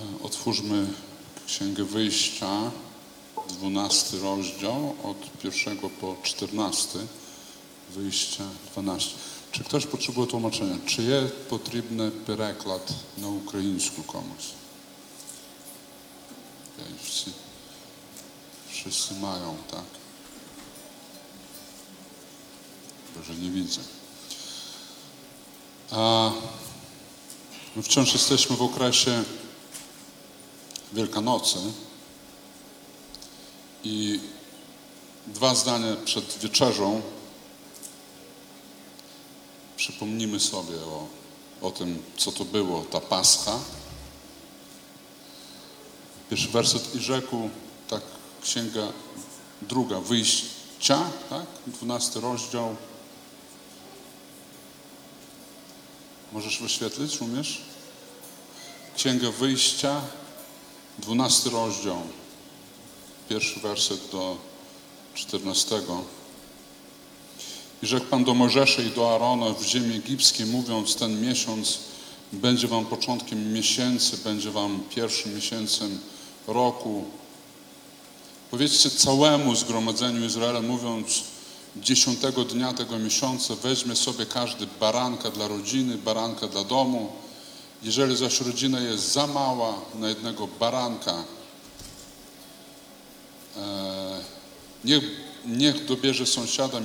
Otwórzmy Księgę Wyjścia, 12 rozdział, od 1 po 14. Wyjścia 12. Czy ktoś potrzebuje tłumaczenia? Czy jest potrzebny переклад na ukraińsku komuś? Wszyscy mają, tak? Chyba, że nie widzę. My wciąż jesteśmy w okresie Wielkanocy i dwa zdania przed wieczerzą przypomnimy sobie o tym, co to było, ta Pascha. Pierwszy werset: i rzekł, tak, księga druga, Wyjścia, tak, 12 rozdział. Możesz wyświetlić, umiesz? Księga Wyjścia, 12 rozdział, pierwszy werset do 14. I rzekł Pan do Mojżesza i do Aarona w ziemi egipskiej, mówiąc: ten miesiąc będzie wam początkiem miesięcy, będzie wam pierwszym miesięcem roku. Powiedzcie całemu zgromadzeniu Izraela, mówiąc: 10 dnia tego miesiąca weźmie sobie każdy baranka dla rodziny, baranka dla domu. Jeżeli zaś rodzina jest za mała na jednego baranka, niech dobierze sąsiada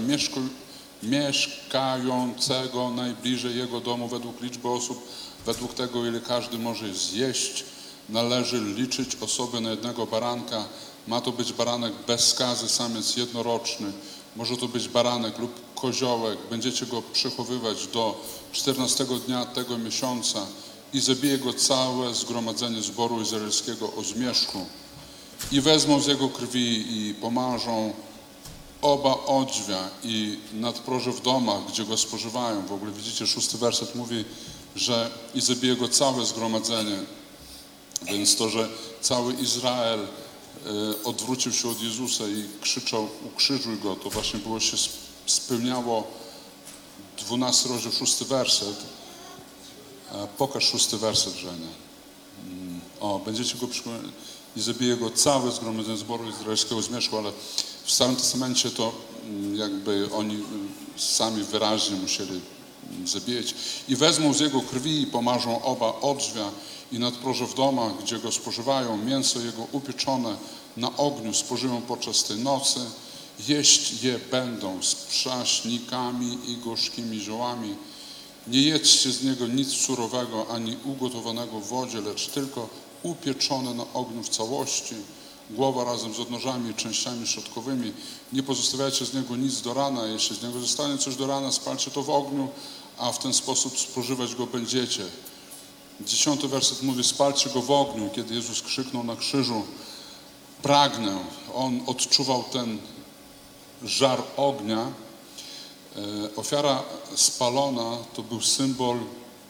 mieszkającego najbliżej jego domu według liczby osób, według tego, ile każdy może zjeść. Należy liczyć osoby na jednego baranka. Ma to być baranek bez skazy, samiec jednoroczny. Może to być baranek lub koziołek. Będziecie go przechowywać do 14 dnia tego miesiąca i zabije go całe zgromadzenie zboru izraelskiego o zmierzchu. I wezmą z jego krwi i pomarzą oba odźwia i nadproże w domach, gdzie go spożywają. W ogóle widzicie, 6 werset mówi, że i zabije go całe zgromadzenie. Więc to, że cały Izrael odwrócił się od Jezusa i krzyczał: ukrzyżuj go, to właśnie było się spełniało 12 rozdział, 6 werset. Pokaż 6 werset, Żenia. Będziecie go przypominać i zabije go całe zgromadzenie zboru izraelskiego zmierzchu, ale w Starym Testamencie to jakby oni sami wyraźnie musieli zabijać. I wezmą z jego krwi i pomarzą oba odrzwia i nadproże w domach, gdzie go spożywają. Mięso jego upieczone na ogniu spożyją podczas tej nocy. Jeść je będą z przaśnikami i gorzkimi ziołami. Nie jedzcie z niego nic surowego, ani ugotowanego w wodzie, lecz tylko upieczone na ogniu w całości. Głowa razem z odnożami i częściami środkowymi. Nie pozostawiajcie z niego nic do rana. Jeśli z niego zostanie coś do rana, spalcie to w ogniu, a w ten sposób spożywać go będziecie. 10 werset mówi: spalcie go w ogniu. Kiedy Jezus krzyknął na krzyżu: pragnę, on odczuwał ten żar ognia. Ofiara spalona to był symbol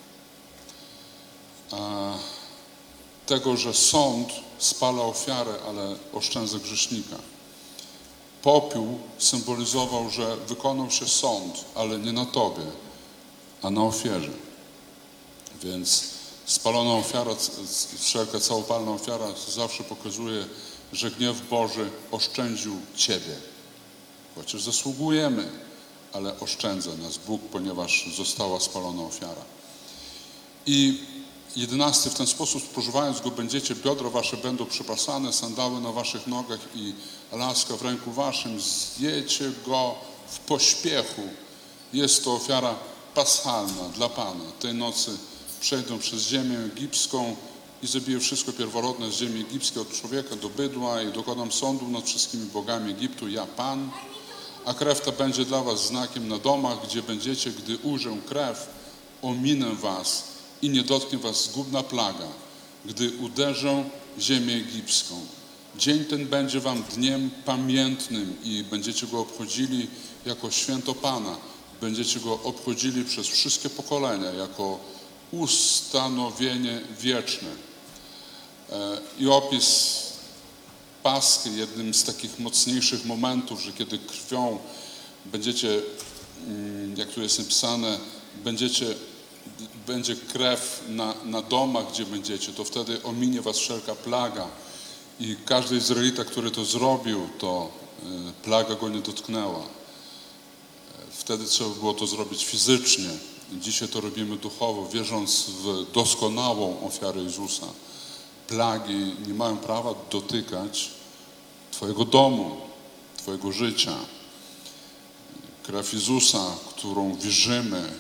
tego, że sąd spala ofiarę, ale oszczędza grzesznika. Popiół symbolizował, że wykonał się sąd, ale nie na tobie, a na ofierze. Więc spalona ofiara, wszelka całopalna ofiara zawsze pokazuje, że gniew Boży oszczędził ciebie. Chociaż zasługujemy, ale oszczędza nas Bóg, ponieważ została spalona ofiara. I 11. W ten sposób spożywając go będziecie, biodra wasze będą przypasane, sandały na waszych nogach i laska w ręku waszym. Zjecie go w pośpiechu. Jest to ofiara paschalna dla Pana. Tej nocy przejdą przez ziemię egipską i zabiję wszystko pierworodne z ziemi egipskiej, od człowieka do bydła, i dokonam sądu nad wszystkimi bogami Egiptu, ja Pan. A krew ta będzie dla was znakiem na domach, gdzie będziecie. Gdy ujrzę krew, ominę was i nie dotknie was zgubna plaga, gdy uderzę ziemię egipską. Dzień ten będzie wam dniem pamiętnym i będziecie go obchodzili jako święto Pana. Będziecie go obchodzili przez wszystkie pokolenia jako ustanowienie wieczne. I opis Paschy, jednym z takich mocniejszych momentów, że kiedy krwią będziecie, jak tu jest napisane, będziecie będzie krew na domach, gdzie będziecie, to wtedy ominie was wszelka plaga. I każdy Izraelita, który to zrobił, to plaga go nie dotknęła. Wtedy trzeba było to zrobić fizycznie. Dzisiaj to robimy duchowo, wierząc w doskonałą ofiarę Jezusa. Plagi nie mają prawa dotykać twojego domu, twojego życia. Krew Jezusa, którą wierzymy,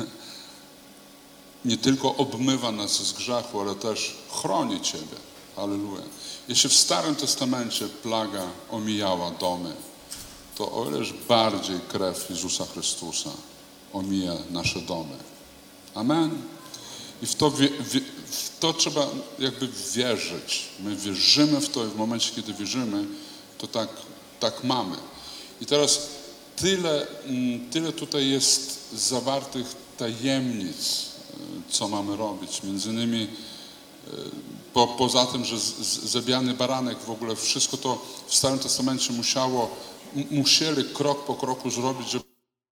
nie tylko obmywa nas z grzechu, ale też chroni ciebie. Halleluja. Jeśli w Starym Testamencie plaga omijała domy, to o ileż bardziej krew Jezusa Chrystusa omija nasze domy. Amen. I w to trzeba jakby wierzyć. My wierzymy w to i w momencie, kiedy wierzymy, to tak mamy. I teraz tyle tutaj jest zawartych tajemnic, co mamy robić. Między innymi poza tym, że zabijany baranek, w ogóle wszystko to w Starym Testamencie musieli krok po kroku zrobić, żeby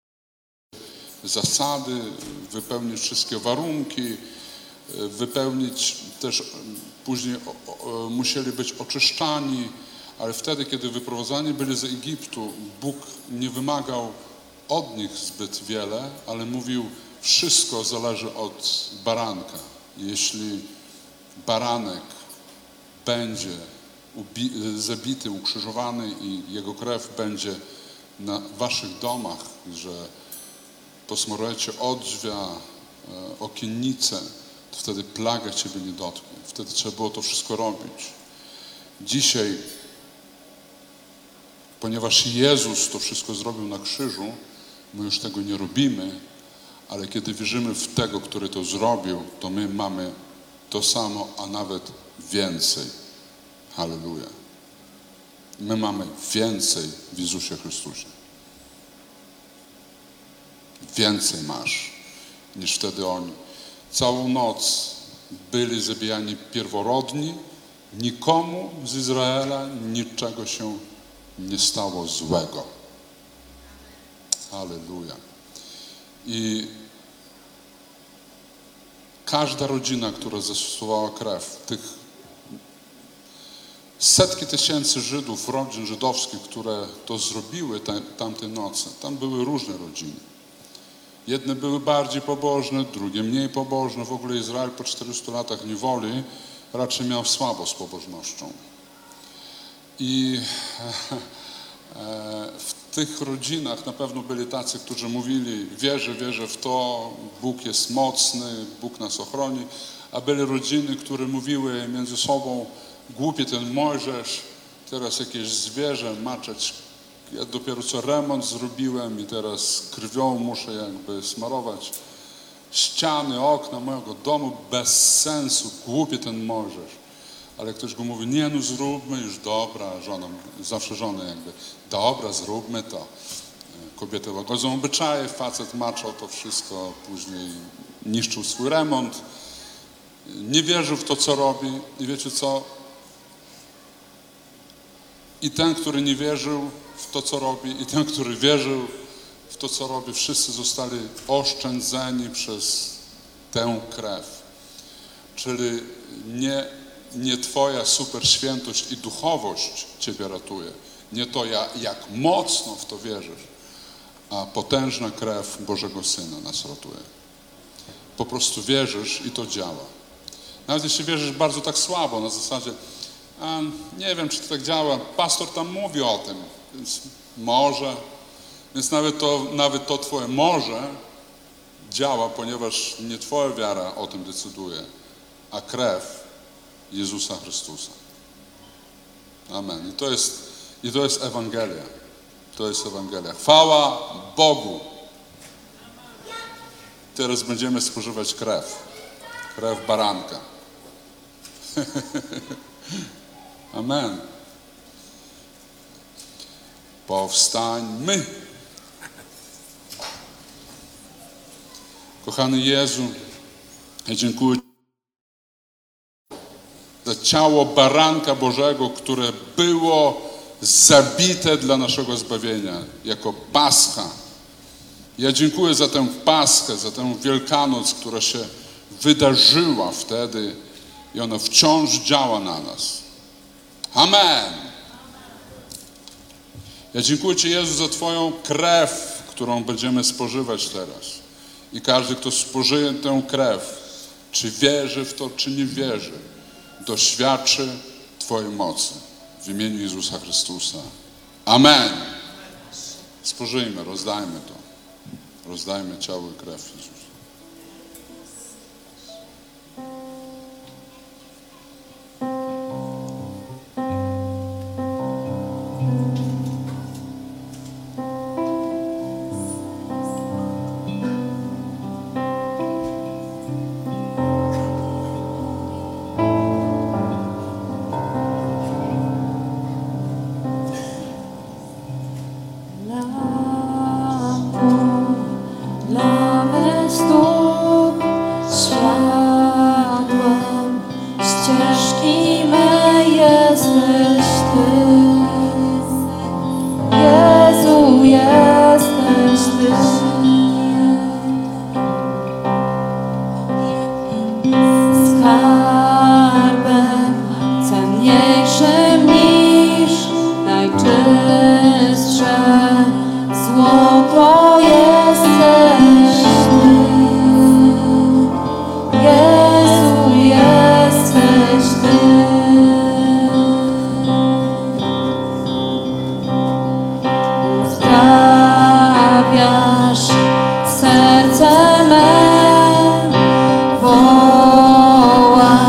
zasady, wypełnić wszystkie warunki, wypełnić też, później musieli być oczyszczani, ale wtedy, kiedy wyprowadzani byli z Egiptu, Bóg nie wymagał od nich zbyt wiele, ale mówił, wszystko zależy od baranka. Jeśli baranek będzie zabity, ukrzyżowany i jego krew będzie na waszych domach, że posmarujecie odrzwia, okiennice, to wtedy plaga ciebie nie dotknie. Wtedy trzeba było to wszystko robić. Dzisiaj, ponieważ Jezus to wszystko zrobił na krzyżu, my już tego nie robimy, ale kiedy wierzymy w tego, który to zrobił, to my mamy to samo, a nawet więcej. Halleluja. My mamy więcej w Jezusie Chrystusie. Więcej masz niż wtedy oni. Całą noc byli zabijani pierworodni. Nikomu z Izraela niczego się nie stało złego. Halleluja. I każda rodzina, która zastosowała krew, tych setki tysięcy Żydów, rodzin żydowskich, które to zrobiły tamtej nocy, tam były różne rodziny. Jedne były bardziej pobożne, drugie mniej pobożne. W ogóle Izrael po 400 latach niewoli raczej miał słabo z pobożnością. I w tych rodzinach na pewno byli tacy, którzy mówili, wierzę w to, Bóg jest mocny, Bóg nas ochroni, a byli rodziny, które mówiły między sobą, głupie ten Mojżesz, teraz jakieś zwierzę maczeć, ja dopiero co remont zrobiłem i teraz krwią muszę jakby smarować ściany, okna mojego domu, bez sensu, głupie ten Mojżesz. Ale ktoś go mówi, nie no zróbmy już, dobra, żona, zawsze żony jakby, dobra, zróbmy to. Kobiety łagodzą obyczaje, facet maczał to wszystko, później niszczył swój remont, nie wierzył w to, co robi i wiecie co? I ten, który nie wierzył w to, co robi, i ten, który wierzył w to, co robi, wszyscy zostali oszczędzeni przez tę krew. Czyli nie twoja super świętość i duchowość ciebie ratuje, nie to jak mocno w to wierzysz, a potężna krew Bożego Syna nas ratuje. Po prostu wierzysz i to działa. Nawet jeśli wierzysz bardzo tak słabo, na zasadzie nie wiem, czy to tak działa, pastor tam mówi o tym, więc może. Więc nawet to twoje może działa, ponieważ nie twoja wiara o tym decyduje, a krew Jezusa Chrystusa. Amen. I to jest Ewangelia. To jest Ewangelia. Chwała Bogu. Teraz będziemy spożywać krew. Krew baranka. Amen. Powstańmy. Kochany Jezu, ja dziękuję za ciało baranka Bożego, które było zabite dla naszego zbawienia, jako pascha, Ja dziękuję za tę Paschę, za tę Wielkanoc, która się wydarzyła wtedy i ona wciąż działa na nas. Amen. Ja dziękuję Ci, Jezu, za Twoją krew, którą będziemy spożywać teraz. I każdy, kto spożyje tę krew, czy wierzy w to, czy nie wierzy, doświadczy Twojej mocy. W imieniu Jezusa Chrystusa. Amen. Spożyjmy, rozdajmy to. Rozdajmy ciało i krew Jezusa. Dla mych stóp światłem ścieżki mej jesteś Ty. Jezu, jesteś Ty. Skarbem cenniejszym niż najczystsze złoto jesteś Ty. Jezu, jesteś Ty. Uzdrawiasz serce me, woła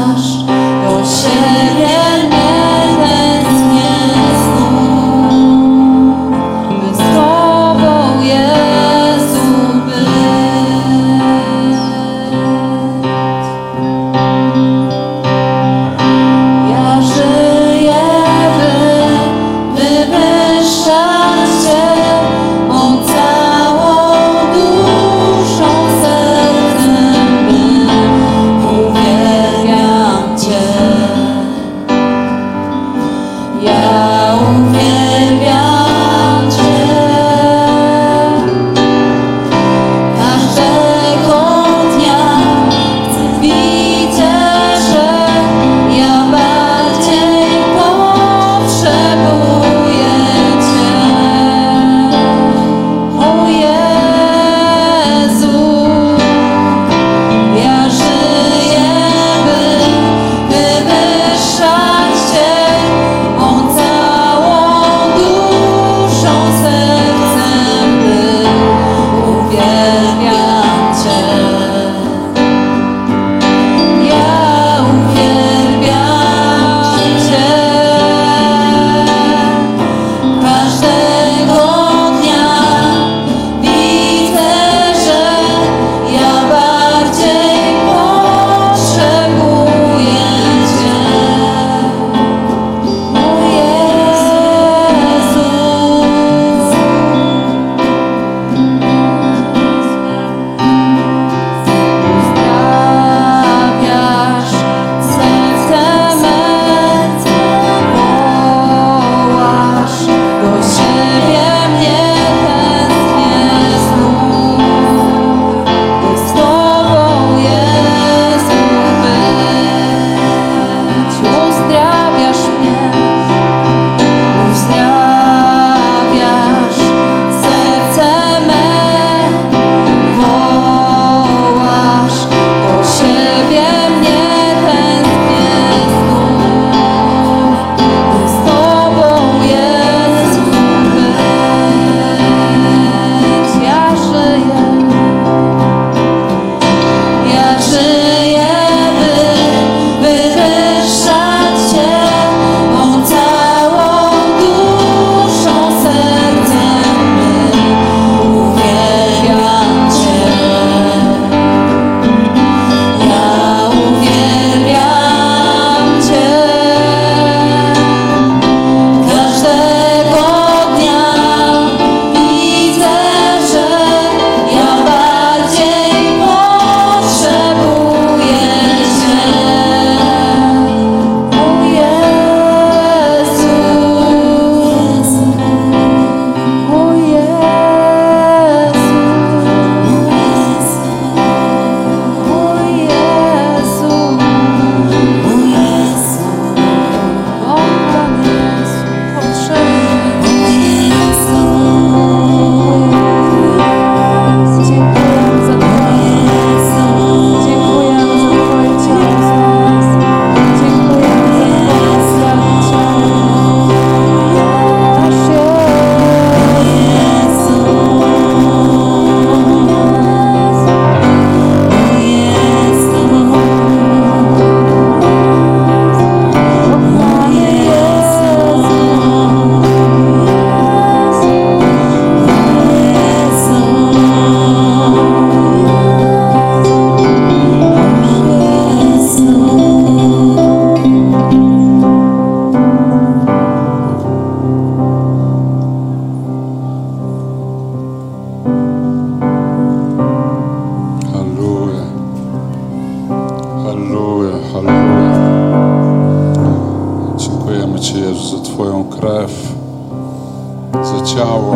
ciało.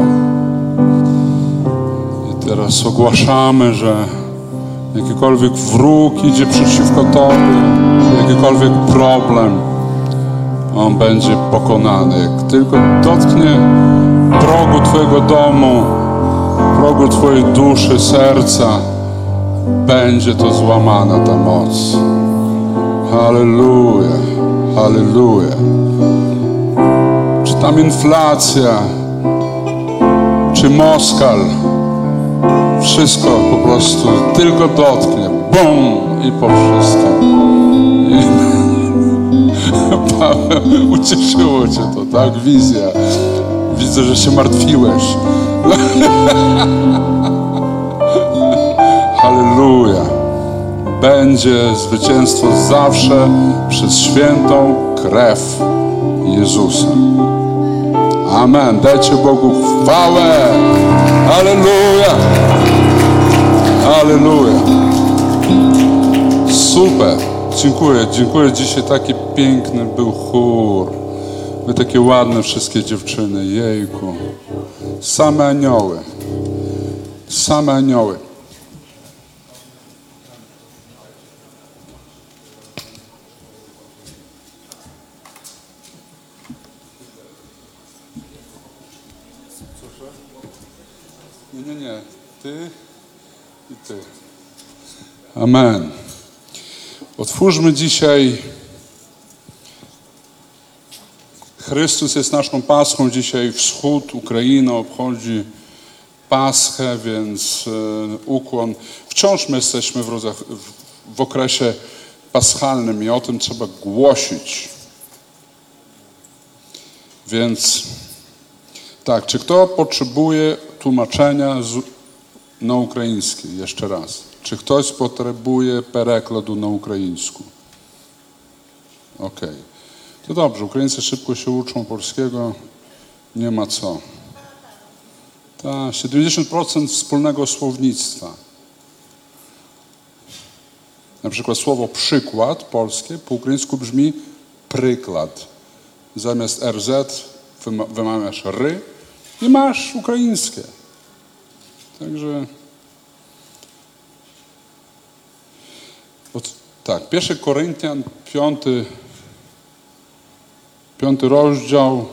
I teraz ogłaszamy, że jakikolwiek wróg idzie przeciwko Tobie, jakikolwiek problem, on będzie pokonany. Jak tylko dotknie progu Twojego domu, progu Twojej duszy, serca, będzie to złamana ta moc. Halleluja, halleluja. Czy tam inflacja, czy Moskal, wszystko po prostu tylko dotknie. Bum! I po wszystkim. Paweł, ucieszyło Cię to, tak? Wizja. Widzę, że się martwiłeś. Halleluja. Będzie zwycięstwo zawsze przez świętą krew Jezusa. Amen. Dajcie Bogu chwałę. Halleluja. Halleluja. Super. Dziękuję. Dziękuję. Dzisiaj taki piękny był chór. Wy takie ładne wszystkie dziewczyny. Jejku. Same anioły. Same anioły. Nie. Ty i ty. Amen. Otwórzmy dzisiaj. Chrystus jest naszą Paschą. Dzisiaj wschód, Ukraina obchodzi Paschę, więc ukłon. Wciąż my jesteśmy w okresie paschalnym i o tym trzeba głosić. Więc tak, czy kto potrzebuje tłumaczenia na ukraiński? Jeszcze raz. Czy ktoś potrzebuje перекладу na ukraińsku? Okej. To dobrze, Ukraińcy szybko się uczą polskiego, nie ma co. 70% wspólnego słownictwa. Na przykład słowo przykład polskie po ukraińsku brzmi przykład. Zamiast RZ wymawiasz ry i masz ukraińskie. Także tak, 1 Koryntian, 5 rozdział,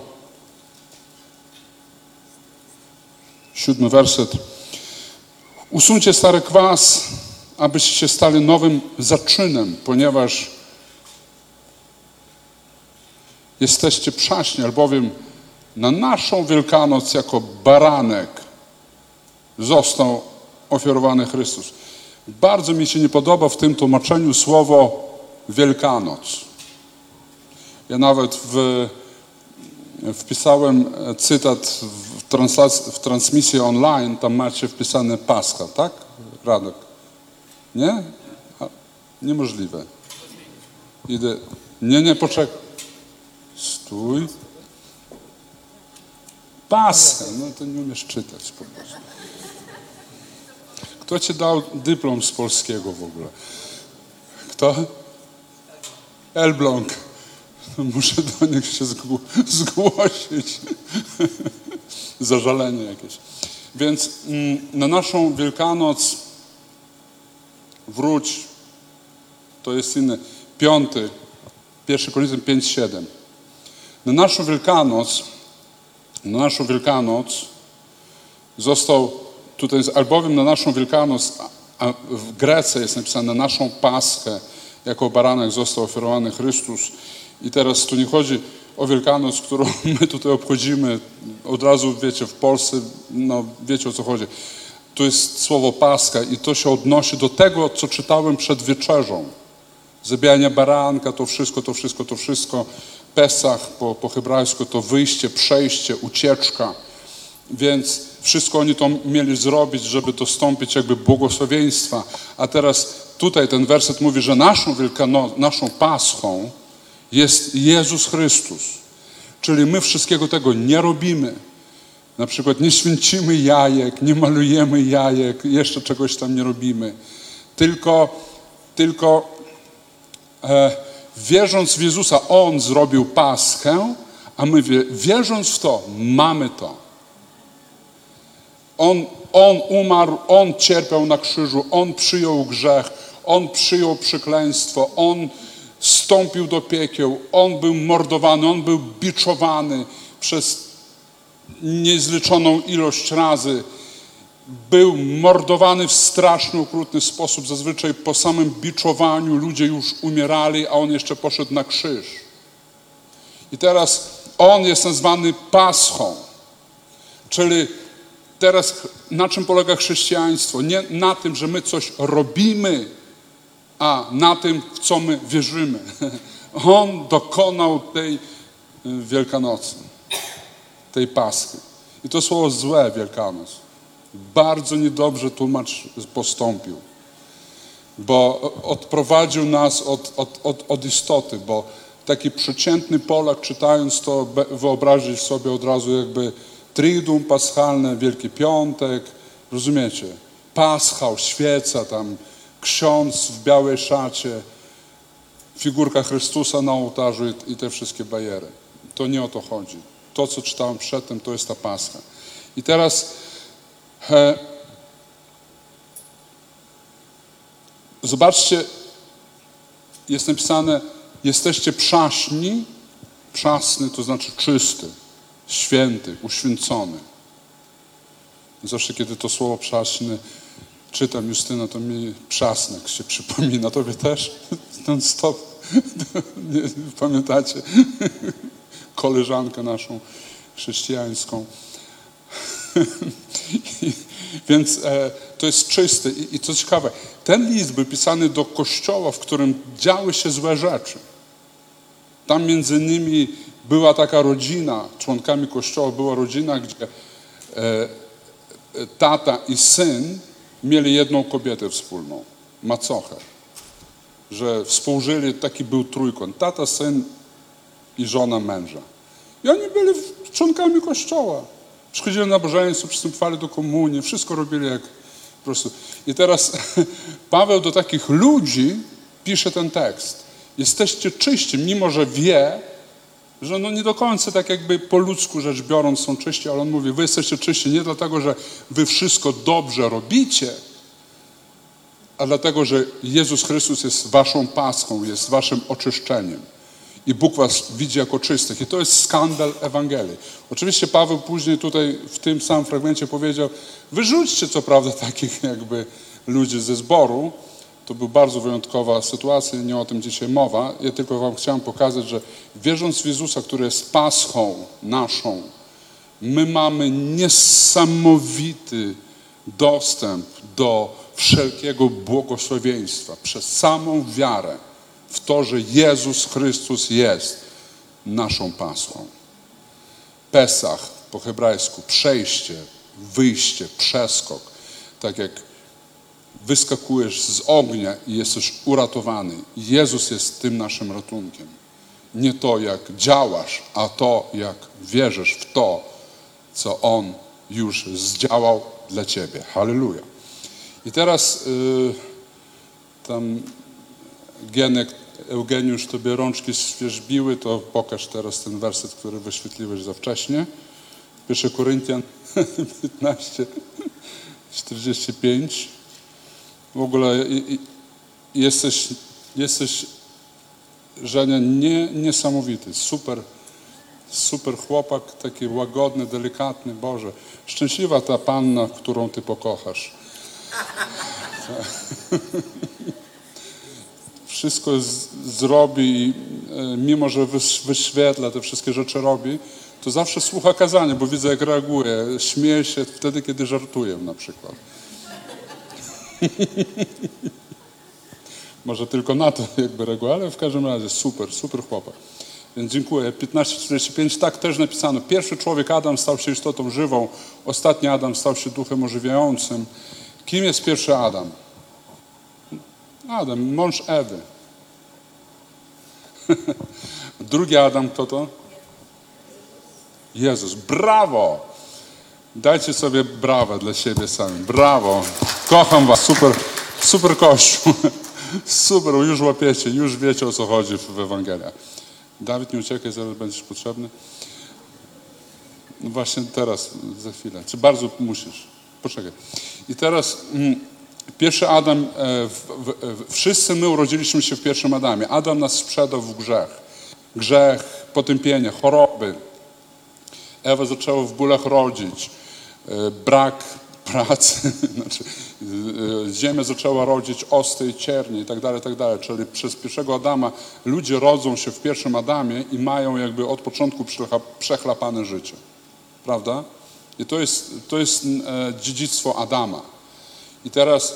7 werset. Usuńcie stary kwas, abyście się stali nowym zaczynem, ponieważ jesteście przaśni, albowiem na naszą Wielkanoc jako baranek został ofiarowany Chrystus. Bardzo mi się nie podoba w tym tłumaczeniu słowo Wielkanoc. Ja nawet wpisałem cytat w transmisji online, tam macie wpisane Pascha, tak? Radek? Nie? Niemożliwe. Idę. Nie, poczekaj. Stój. Pascha. No to nie umiesz czytać po prostu. Kto ci dał dyplom z polskiego w ogóle? Kto? Elbląg. Muszę do nich się zgłosić. Zażalenie jakieś. Więc na naszą Wielkanoc wróć, to jest inny, 1 Koryntian 5:7. Na naszą Wielkanoc został, tutaj jest albowiem na naszą Wielkanoc, a w Grece jest napisane na naszą Paschę, jako baranek został ofiarowany Chrystus. I teraz tu nie chodzi o Wielkanoc, którą my tutaj obchodzimy. Od razu wiecie, w Polsce, no wiecie o co chodzi. Tu jest słowo Pascha i to się odnosi do tego, co czytałem przed wieczerzą. Zabijanie baranka, to wszystko. Pesach po hebrajsku to wyjście, przejście, ucieczka. Więc wszystko oni to mieli zrobić, żeby dostąpić jakby błogosławieństwa. A teraz tutaj ten werset mówi, że naszą Paschą jest Jezus Chrystus. Czyli my wszystkiego tego nie robimy. Na przykład nie święcimy jajek, nie malujemy jajek, jeszcze czegoś tam nie robimy. Tylko wierząc w Jezusa, On zrobił Paschę, a my wierząc w to, mamy to. On umarł, On cierpiał na krzyżu, On przyjął grzech, On przyjął przekleństwo, On wstąpił do piekieł, On był mordowany, On był biczowany przez niezliczoną ilość razy. Był mordowany w straszny, okrutny sposób. Zazwyczaj po samym biczowaniu ludzie już umierali, a On jeszcze poszedł na krzyż. I teraz On jest nazwany Paschą. Czyli teraz na czym polega chrześcijaństwo? Nie na tym, że my coś robimy, a na tym, w co my wierzymy. On dokonał tej Wielkanocy, tej Paschy. I to słowo złe, Wielkanoc. Bardzo niedobrze tłumacz postąpił, bo odprowadził nas od istoty, bo taki przeciętny Polak czytając to wyobrazić sobie od razu jakby Triduum Paschalne, Wielki Piątek, rozumiecie? Paschał, świeca tam, ksiądz w białej szacie, figurka Chrystusa na ołtarzu i te wszystkie bajery. To nie o to chodzi. To, co czytałem przedtem, to jest ta Pascha. I teraz zobaczcie, jest napisane, jesteście przaśni, przasny to znaczy czysty, święty, uświęcony. Zawsze, kiedy to słowo przaśny czytam, Justyna, to mi przasnek się przypomina. Tobie też? Non stop. Nie, pamiętacie? Koleżankę naszą chrześcijańską. Więc to jest czyste. I co ciekawe, ten list był pisany do kościoła, w którym działy się złe rzeczy. Tam między innymi była taka rodzina, członkami kościoła była rodzina, gdzie tata i syn mieli jedną kobietę wspólną, macochę. Że współżyli, taki był trójkąt, tata, syn i żona męża. I oni byli członkami kościoła. Przychodzili na nabożeństwo, przystępowali do komunii, wszystko robili jak po prostu. I teraz Paweł do takich ludzi pisze ten tekst. Jesteście czyści, mimo że wie, że no nie do końca tak jakby po ludzku rzecz biorąc są czyści, ale on mówi, wy jesteście czyści nie dlatego, że wy wszystko dobrze robicie, a dlatego, że Jezus Chrystus jest waszą paschą, jest waszym oczyszczeniem. I Bóg was widzi jako czystych. I to jest skandal Ewangelii. Oczywiście Paweł później tutaj w tym samym fragmencie powiedział, wyrzućcie co prawda takich jakby ludzi ze zboru. To była bardzo wyjątkowa sytuacja, nie o tym dzisiaj mowa. Ja tylko wam chciałem pokazać, że wierząc w Jezusa, który jest paschą naszą, my mamy niesamowity dostęp do wszelkiego błogosławieństwa przez samą wiarę w to, że Jezus Chrystus jest naszą paschą. Pesach po hebrajsku, przejście, wyjście, przeskok. Tak jak wyskakujesz z ognia i jesteś uratowany. Jezus jest tym naszym ratunkiem. Nie to, jak działasz, a to, jak wierzysz w to, co On już zdziałał dla ciebie. Halleluja. I teraz tam Gienek, Eugeniusz, tobie rączki świeżbiły, to pokaż teraz ten werset, który wyświetliłeś za wcześnie. 1 Koryntian 15, 45. W ogóle jesteś Żenia, niesamowity, super chłopak, taki łagodny, delikatny, Boże. Szczęśliwa ta panna, którą ty pokochasz. Wszystko zrobi, mimo że wyświetla, te wszystkie rzeczy robi, to zawsze słucha kazania, bo widzę, jak reaguje. Śmieje się wtedy, kiedy żartuję na przykład. Może tylko na to jakby reaguje, ale w każdym razie super chłopak. Więc dziękuję. 15:45, tak też napisano. Pierwszy człowiek Adam stał się istotą żywą, ostatni Adam stał się duchem ożywiającym. Kim jest pierwszy Adam? Adam, mąż Ewy. Drugi Adam, kto to? Jezus. Brawo! Dajcie sobie brawa dla siebie sami. Brawo! Kocham was. Super Kościół. Super, już łapiecie, już wiecie, o co chodzi w Ewangeliach. Dawid, nie uciekaj, zaraz będziesz potrzebny. No właśnie teraz, za chwilę. Czy bardzo musisz? Poczekaj. I teraz pierwszy Adam, wszyscy my urodziliśmy się w pierwszym Adamie. Adam nas sprzedał w grzech. Grzech, potępienie, choroby. Ewa zaczęła w bólach rodzić. Brak pracy. Znaczy, ziemia zaczęła rodzić osty i ciernie i tak dalej, i tak dalej. Czyli przez pierwszego Adama ludzie rodzą się w pierwszym Adamie i mają jakby od początku przechlapane życie. Prawda? I to jest dziedzictwo Adama. I teraz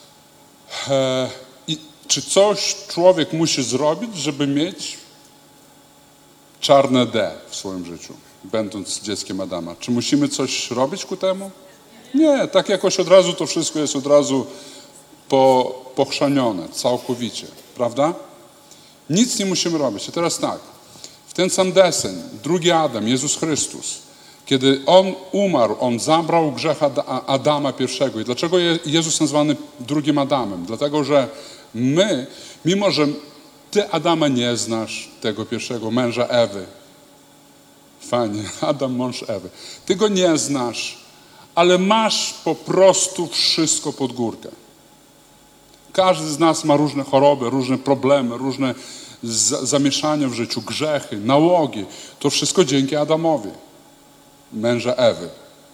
czy coś człowiek musi zrobić, żeby mieć czarne D w swoim życiu, będąc dzieckiem Adama? Czy musimy coś robić ku temu? Nie, tak jakoś od razu to wszystko jest od razu pochrzanione, całkowicie, prawda? Nic nie musimy robić. I teraz tak, w ten sam deseń, drugi Adam, Jezus Chrystus, kiedy On umarł, On zabrał grzech Adama pierwszego. I dlaczego Jezus nazwany drugim Adamem? Dlatego, że my, mimo że Ty Adama nie znasz, tego pierwszego męża Ewy, fajnie, Adam, mąż Ewy, Ty go nie znasz, ale masz po prostu wszystko pod górkę. Każdy z nas ma różne choroby, różne problemy, różne zamieszania w życiu, grzechy, nałogi. To wszystko dzięki Adamowi, męża Ewy.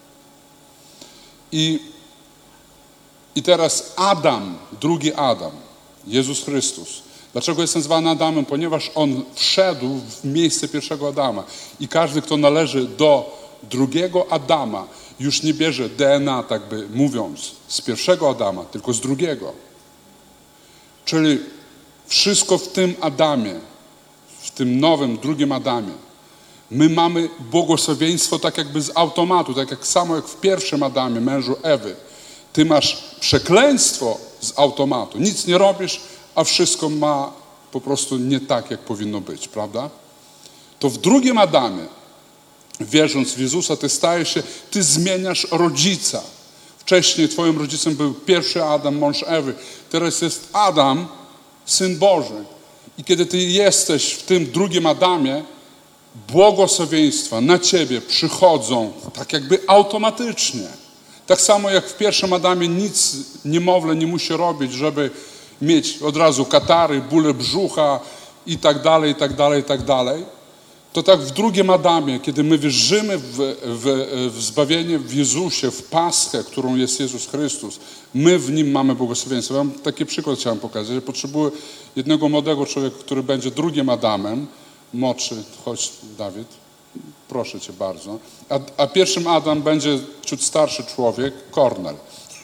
I teraz Adam, drugi Adam, Jezus Chrystus. Dlaczego jest nazwany Adamem? Ponieważ On wszedł w miejsce pierwszego Adama. I każdy, kto należy do drugiego Adama, już nie bierze DNA, tak by mówiąc, z pierwszego Adama, tylko z drugiego. Czyli wszystko w tym Adamie, w tym nowym, drugim Adamie. My mamy błogosławieństwo tak jakby z automatu, tak jak samo jak w pierwszym Adamie, mężu Ewy. Ty masz przekleństwo z automatu. Nic nie robisz, a wszystko ma po prostu nie tak, jak powinno być, prawda? To w drugim Adamie, wierząc w Jezusa, ty zmieniasz rodzica. Wcześniej twoim rodzicem był pierwszy Adam, mąż Ewy. Teraz jest Adam, Syn Boży. I kiedy ty jesteś w tym drugim Adamie, błogosławieństwa na ciebie przychodzą tak jakby automatycznie. Tak samo jak w pierwszym Adamie nic niemowlę nie musi robić, żeby mieć od razu katary, bóle brzucha i tak dalej, i tak dalej, i tak dalej. To tak w drugim Adamie, kiedy my wierzymy w zbawienie w Jezusie, w Paschę, którą jest Jezus Chrystus, my w Nim mamy błogosławieństwo. Ja wam taki przykład chciałem pokazać. Ja potrzebuję jednego młodego człowieka, który będzie drugim Adamem. Młodszy, chodź Dawid, proszę Cię bardzo. A pierwszym Adam będzie ciut starszy człowiek, Kornel.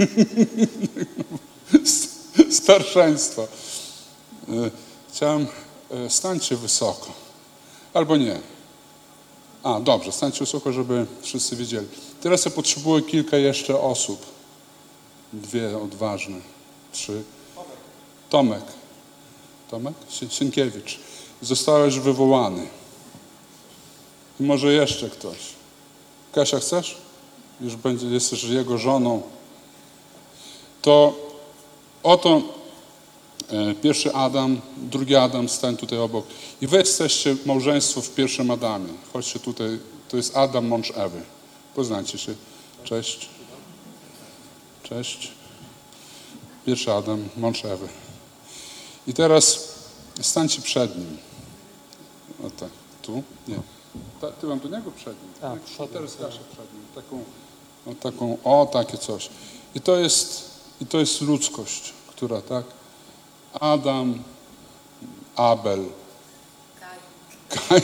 Starszeństwo. Chciałem, stańcie wysoko. Albo nie. Dobrze, stańcie wysoko, żeby wszyscy wiedzieli. Teraz ja potrzebuję kilka jeszcze osób. 2 odważne. 3. Tomek. Sienkiewicz. Zostałeś wywołany. I może jeszcze ktoś. Kasia, chcesz? Już jesteś jego żoną. To oto pierwszy Adam, drugi Adam, stań tutaj obok. I wy jesteście małżeństwo w pierwszym Adamie. Chodźcie tutaj. To jest Adam, mąż Ewy. Poznajcie się. Cześć. Cześć. Pierwszy Adam, mąż Ewy. I teraz stańcie przed nim. O tak, tu? Nie. Ty mam do niego przed nim. Tak, teraz Kasia przed nim. Takie coś. I to jest ludzkość, która, tak? Adam, Abel, Kaj,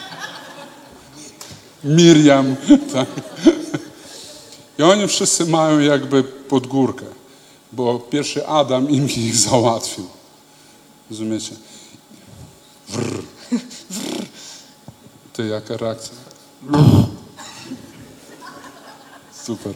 Miriam, tak? I oni wszyscy mają jakby pod górkę, bo pierwszy Adam ich załatwił. Rozumiecie? Wrr. Ty, jaka reakcja? Super.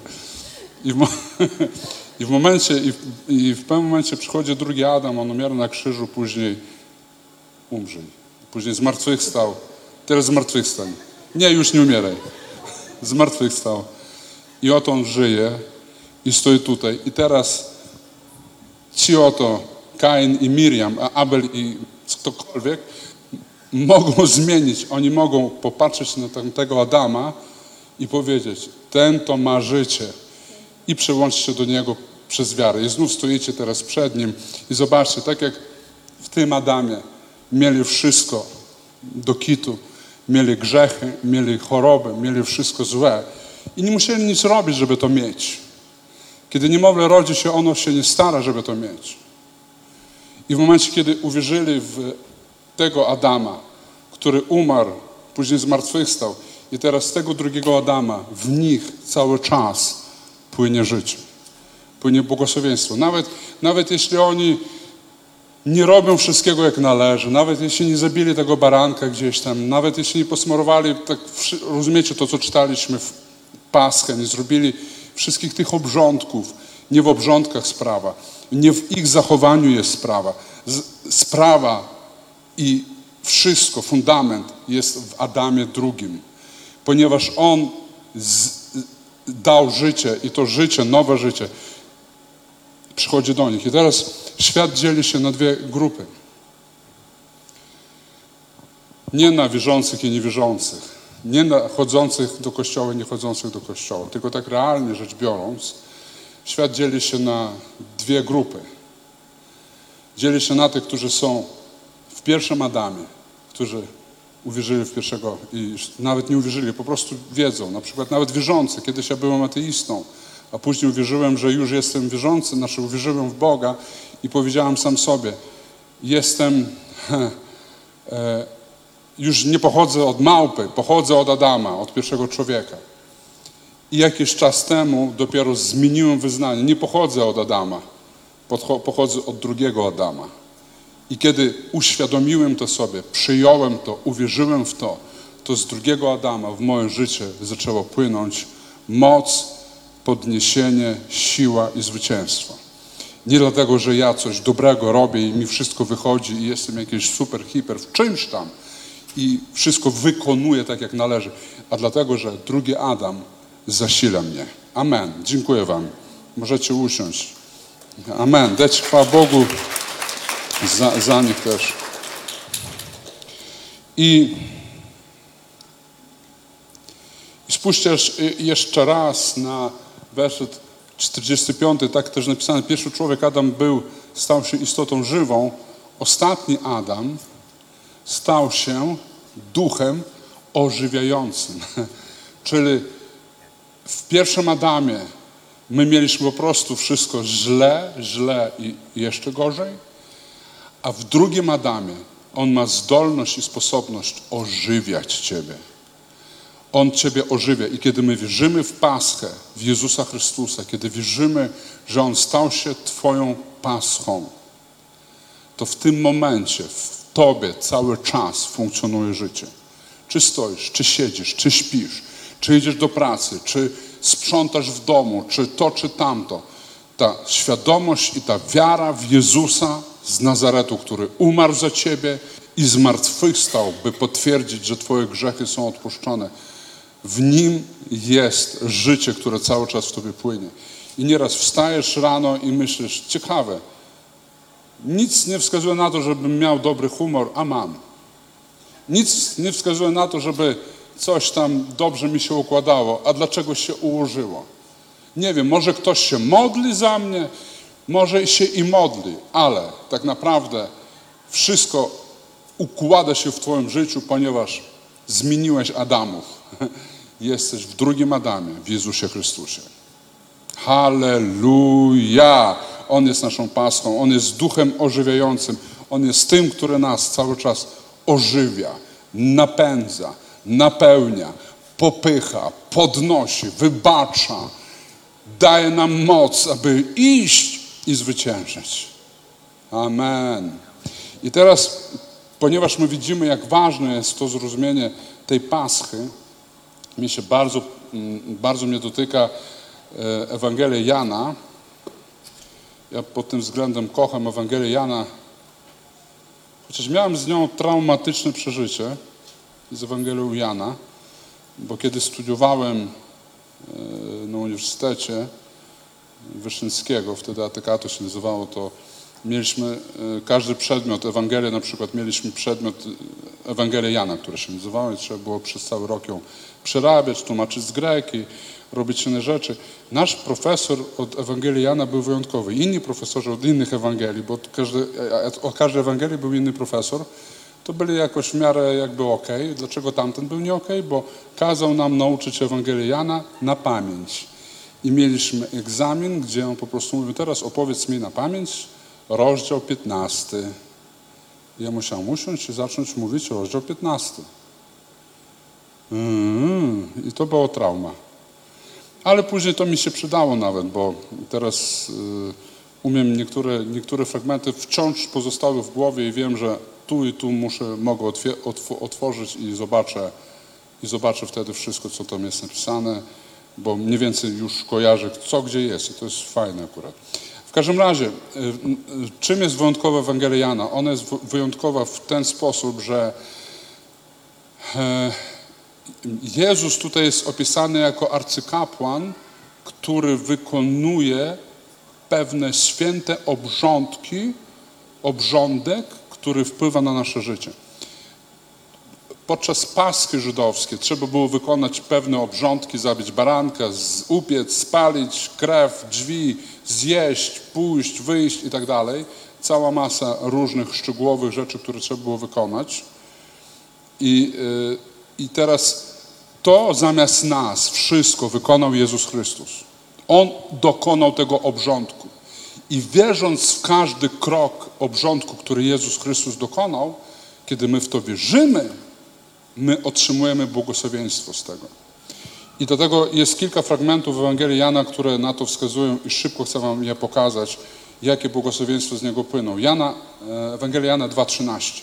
I w pewnym momencie przychodzi drugi Adam, on umiera na krzyżu, później umrze. Później zmartwychwstał. Teraz zmartwychwstań. Nie, już nie umieraj. Zmartwychwstał. I oto on żyje i stoi tutaj. I teraz ci oto, Kain i Miriam, a Abel i ktokolwiek, mogą zmienić. Oni mogą popatrzeć na tamtego Adama i powiedzieć, ten to ma życie. i przyłączcie się do Niego przez wiarę. I znów stoicie teraz przed Nim i zobaczcie, tak jak w tym Adamie mieli wszystko do kitu, mieli grzechy, mieli choroby, mieli wszystko złe i nie musieli nic robić, żeby to mieć. Kiedy niemowlę rodzi się, ono się nie stara, żeby to mieć. I w momencie, kiedy uwierzyli w tego Adama, który umarł, później zmartwychwstał i teraz z tego drugiego Adama w nich cały czas płynie życie, płynie błogosławieństwo. Nawet jeśli oni nie robią wszystkiego jak należy, nawet jeśli nie zabili tego baranka gdzieś tam, nawet jeśli nie posmarowali, tak rozumiecie to, co czytaliśmy w Paschę, nie zrobili wszystkich tych obrządków, nie w obrządkach sprawa, nie w ich zachowaniu jest sprawa. Sprawa i wszystko, fundament jest w Adamie drugim, ponieważ On dał życie i to życie, nowe życie przychodzi do nich. I teraz świat dzieli się na dwie grupy. Nie na wierzących i niewierzących. Nie na chodzących do kościoła i nie chodzących do kościoła. Tylko tak realnie rzecz biorąc, świat dzieli się na dwie grupy. Dzieli się na tych, którzy są w pierwszym Adamie, którzy uwierzyli w pierwszego i nawet nie uwierzyli, po prostu wiedzą. Na przykład nawet wierzący. Kiedyś ja byłem ateistą, a później uwierzyłem, że już jestem wierzący, uwierzyłem w Boga i powiedziałem sam sobie, już nie pochodzę od małpy, pochodzę od Adama, od pierwszego człowieka. I jakiś czas temu dopiero zmieniłem wyznanie. Nie pochodzę od Adama, pochodzę od drugiego Adama. I kiedy uświadomiłem to sobie, przyjąłem to, uwierzyłem w to, to z drugiego Adama w moje życie zaczęło płynąć moc, podniesienie, siła i zwycięstwo. Nie dlatego, że ja coś dobrego robię i mi wszystko wychodzi i jestem jakiś super, hiper w czymś tam i wszystko wykonuję tak, jak należy, a dlatego, że drugi Adam zasila mnie. Amen. Dziękuję Wam. Możecie usiąść. Amen. Dajcie chwałę Bogu za nich też. I spójrzcie jeszcze raz na werset 45, tak też napisane. Pierwszy człowiek, Adam, stał się istotą żywą. Ostatni Adam stał się duchem ożywiającym. Czyli w pierwszym Adamie my mieliśmy po prostu wszystko źle i jeszcze gorzej, a w drugim Adamie On ma zdolność i sposobność ożywiać Ciebie. On Ciebie ożywia. I kiedy my wierzymy w Paschę, w Jezusa Chrystusa, kiedy wierzymy, że On stał się Twoją Paschą, to w tym momencie w Tobie cały czas funkcjonuje życie. Czy stoisz, czy siedzisz, czy śpisz, czy idziesz do pracy, czy sprzątasz w domu, czy to, czy tamto. Ta świadomość i ta wiara w Jezusa z Nazaretu, który umarł za Ciebie i zmartwychwstał, by potwierdzić, że Twoje grzechy są odpuszczone. W Nim jest życie, które cały czas w Tobie płynie. I nieraz wstajesz rano i myślisz, ciekawe, nic nie wskazuje na to, żebym miał dobry humor, a mam. Nic nie wskazuje na to, żeby coś tam dobrze mi się układało, a dlaczego się ułożyło. Nie wiem, może ktoś się modli za mnie, może się i modli, ale tak naprawdę wszystko układa się w Twoim życiu, ponieważ zmieniłeś Adamów. Jesteś w drugim Adamie, w Jezusie Chrystusie. Halleluja! On jest naszą Paschą, On jest duchem ożywiającym. On jest tym, który nas cały czas ożywia, napędza, napełnia, popycha, podnosi, wybacza. Daje nam moc, aby iść i zwyciężyć. Amen. I teraz, ponieważ my widzimy, jak ważne jest to zrozumienie tej Paschy, mnie się bardzo mnie dotyka Ewangelia Jana. Ja pod tym względem kocham Ewangelię Jana, chociaż miałem z nią traumatyczne przeżycie z Ewangelią Jana, bo kiedy studiowałem na Uniwersytecie Wyszyńskiego, wtedy ATK to się nazywało, to mieliśmy każdy przedmiot, Ewangelię na przykład, mieliśmy przedmiot Ewangelię Jana, która się nazywała i trzeba było przez cały rok ją przerabiać, tłumaczyć z greki, robić inne rzeczy. Nasz profesor od Ewangelii Jana był wyjątkowy. Inni profesorzy od innych Ewangelii, bo o każdej Ewangelii był inny profesor, to byli jakoś w miarę jakby okej. Dlaczego tamten był nie okej? Bo kazał nam nauczyć Ewangelię Jana na pamięć. I mieliśmy egzamin, gdzie on po prostu mówił, teraz opowiedz mi na pamięć rozdział 15. Ja musiałem usiąść i zacząć mówić rozdział 15. I to była trauma. Ale później to mi się przydało nawet, bo teraz umiem niektóre fragmenty wciąż pozostały w głowie i wiem, że tu i tu mogę otworzyć i zobaczę wtedy wszystko, co tam jest napisane, bo mniej więcej już kojarzę, co gdzie jest i to jest fajne akurat. W każdym razie, czym jest wyjątkowa Ewangelia Jana? Ona jest wyjątkowa w ten sposób, że Jezus tutaj jest opisany jako arcykapłan, który wykonuje pewne święte obrządek, który wpływa na nasze życie. Podczas Paschy żydowskiej trzeba było wykonać pewne obrządki, zabić baranka, upiec, spalić krew, drzwi, zjeść, pójść, wyjść i tak dalej. Cała masa różnych szczegółowych rzeczy, które trzeba było wykonać. I teraz to zamiast nas wszystko wykonał Jezus Chrystus. On dokonał tego obrządku. I wierząc w każdy krok obrządku, który Jezus Chrystus dokonał, kiedy my w to wierzymy, my otrzymujemy błogosławieństwo z tego. I do tego jest kilka fragmentów Ewangelii Jana, które na to wskazują i szybko chcę wam je pokazać, jakie błogosławieństwo z niego płyną. Ewangelia Jana 2:13.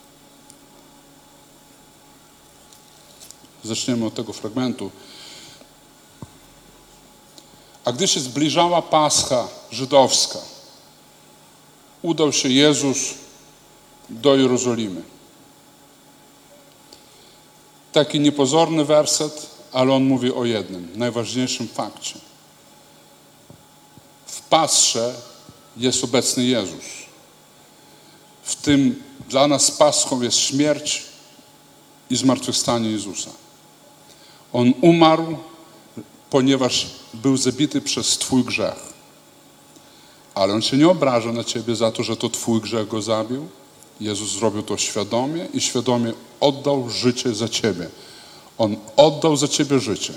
Zaczniemy od tego fragmentu. A gdy się zbliżała Pascha żydowska, udał się Jezus do Jerozolimy. Taki niepozorny werset, ale on mówi o jednym, najważniejszym fakcie. W Pasrze jest obecny Jezus. W tym dla nas Paschą jest śmierć i zmartwychwstanie Jezusa. On umarł, ponieważ był zabity przez twój grzech. Ale on się nie obraża na ciebie za to, że to twój grzech go zabił. Jezus zrobił to świadomie i świadomie oddał życie za ciebie. On oddał za ciebie życie.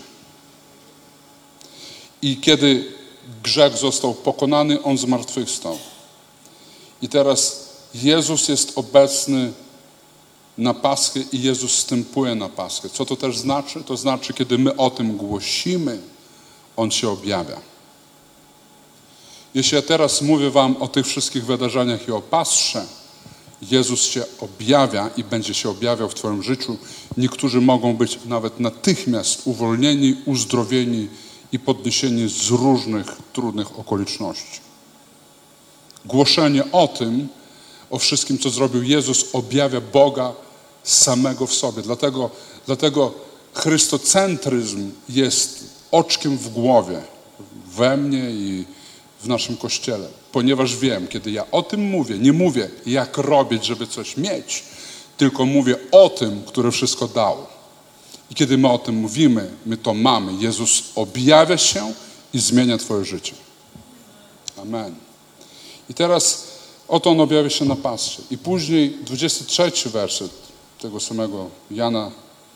I kiedy grzech został pokonany, on zmartwychwstał. I teraz Jezus jest obecny na Paschę i Jezus wstępuje na Paschę. Co to też znaczy? To znaczy, kiedy my o tym głosimy, On się objawia. Jeśli ja teraz mówię wam o tych wszystkich wydarzeniach i o Pasrze, Jezus się objawia i będzie się objawiał w twoim życiu. Niektórzy mogą być nawet natychmiast uwolnieni, uzdrowieni i podniesieni z różnych trudnych okoliczności. Głoszenie o tym, o wszystkim, co zrobił Jezus, objawia Boga samego w sobie. Dlatego chrystocentryzm jest oczkiem w głowie, we mnie i w naszym Kościele. Ponieważ wiem, kiedy ja o tym mówię, nie mówię, jak robić, żeby coś mieć, tylko mówię o tym, który wszystko dał. I kiedy my o tym mówimy, my to mamy. Jezus objawia się i zmienia twoje życie. Amen. I teraz oto On objawia się na Paschie. I później 23 werset tego samego Jana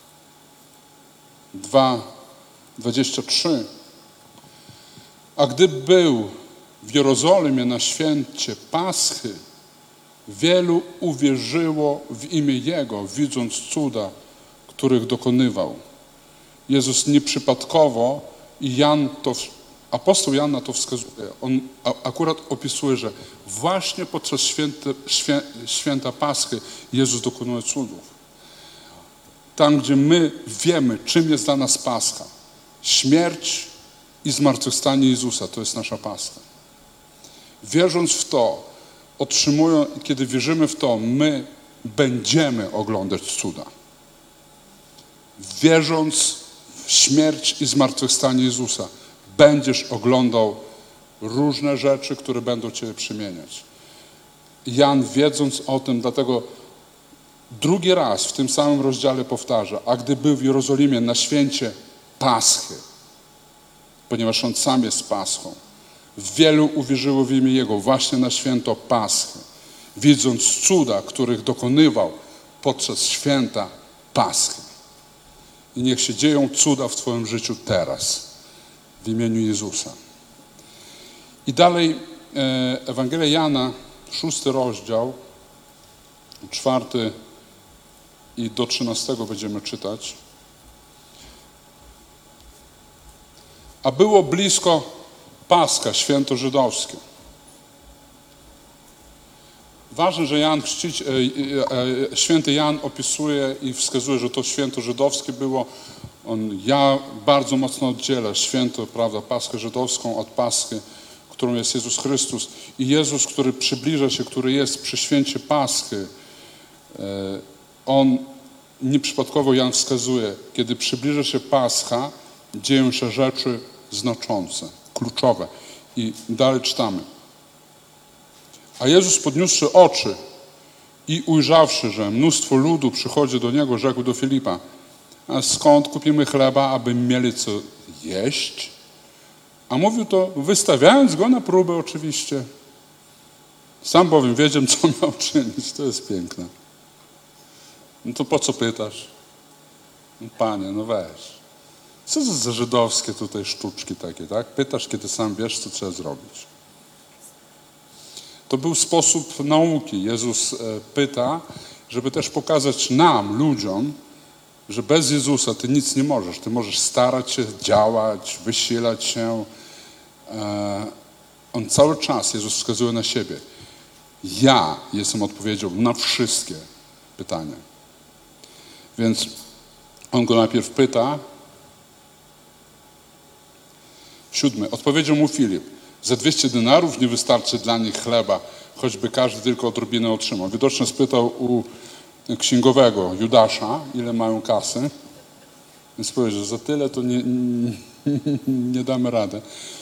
2:23. A gdy był w Jerozolimie na święcie Paschy, wielu uwierzyło w imię Jego, widząc cuda, których dokonywał. Jezus nieprzypadkowo i apostoł Jan na to wskazuje. On akurat opisuje, że właśnie podczas święta Paschy Jezus dokonuje cudów. Tam, gdzie my wiemy, czym jest dla nas Pascha. Śmierć i zmartwychwstanie Jezusa, to jest nasza Pascha. Wierząc w to, kiedy wierzymy w to, my będziemy oglądać cuda. Wierząc w śmierć i zmartwychwstanie Jezusa, będziesz oglądał różne rzeczy, które będą ciebie przemieniać. Jan, wiedząc o tym, dlatego drugi raz w tym samym rozdziale powtarza, a gdy był w Jerozolimie na święcie Paschy, ponieważ On sam jest Paschą, wielu uwierzyło w imię Jego właśnie na święto Paschy, widząc cuda, których dokonywał podczas święta Paschy. I niech się dzieją cuda w Twoim życiu teraz, w imieniu Jezusa. I dalej Ewangelia Jana, 6 rozdział, 4 i do 13 będziemy czytać. A było blisko Pascha, święto żydowskie. Ważne, że święty Jan opisuje i wskazuje, że to święto żydowskie było. Ja bardzo mocno oddzielę święto, prawda, Paschę żydowską od Paschy, którą jest Jezus Chrystus. I Jezus, który przybliża się, który jest przy święcie Paschy, On nieprzypadkowo Jan wskazuje, kiedy przybliża się Pascha, dzieją się rzeczy znaczące, kluczowe. I dalej czytamy. A Jezus podniósłszy oczy i ujrzawszy, że mnóstwo ludu przychodzi do Niego, rzekł do Filipa, a skąd kupimy chleba, aby mieli co jeść? A mówił to, wystawiając Go na próbę oczywiście. Sam bowiem wiedział, co miał czynić. To jest piękne. No to po co pytasz? No, Panie, no weź. Co to za żydowskie tutaj sztuczki takie, tak? Pytasz, kiedy sam wiesz, co trzeba zrobić. To był sposób nauki. Jezus pyta, żeby też pokazać nam, ludziom, że bez Jezusa ty nic nie możesz. Ty możesz starać się, działać, wysilać się. On cały czas, Jezus wskazuje na siebie. Ja jestem odpowiedzią na wszystkie pytania. Więc on go najpierw pyta. 7. Odpowiedział mu Filip. Za 200 denarów nie wystarczy dla nich chleba, choćby każdy tylko odrobinę otrzymał. Widocznie spytał u księgowego Judasza, ile mają kasy. Więc powiedział, że za tyle to nie damy rady.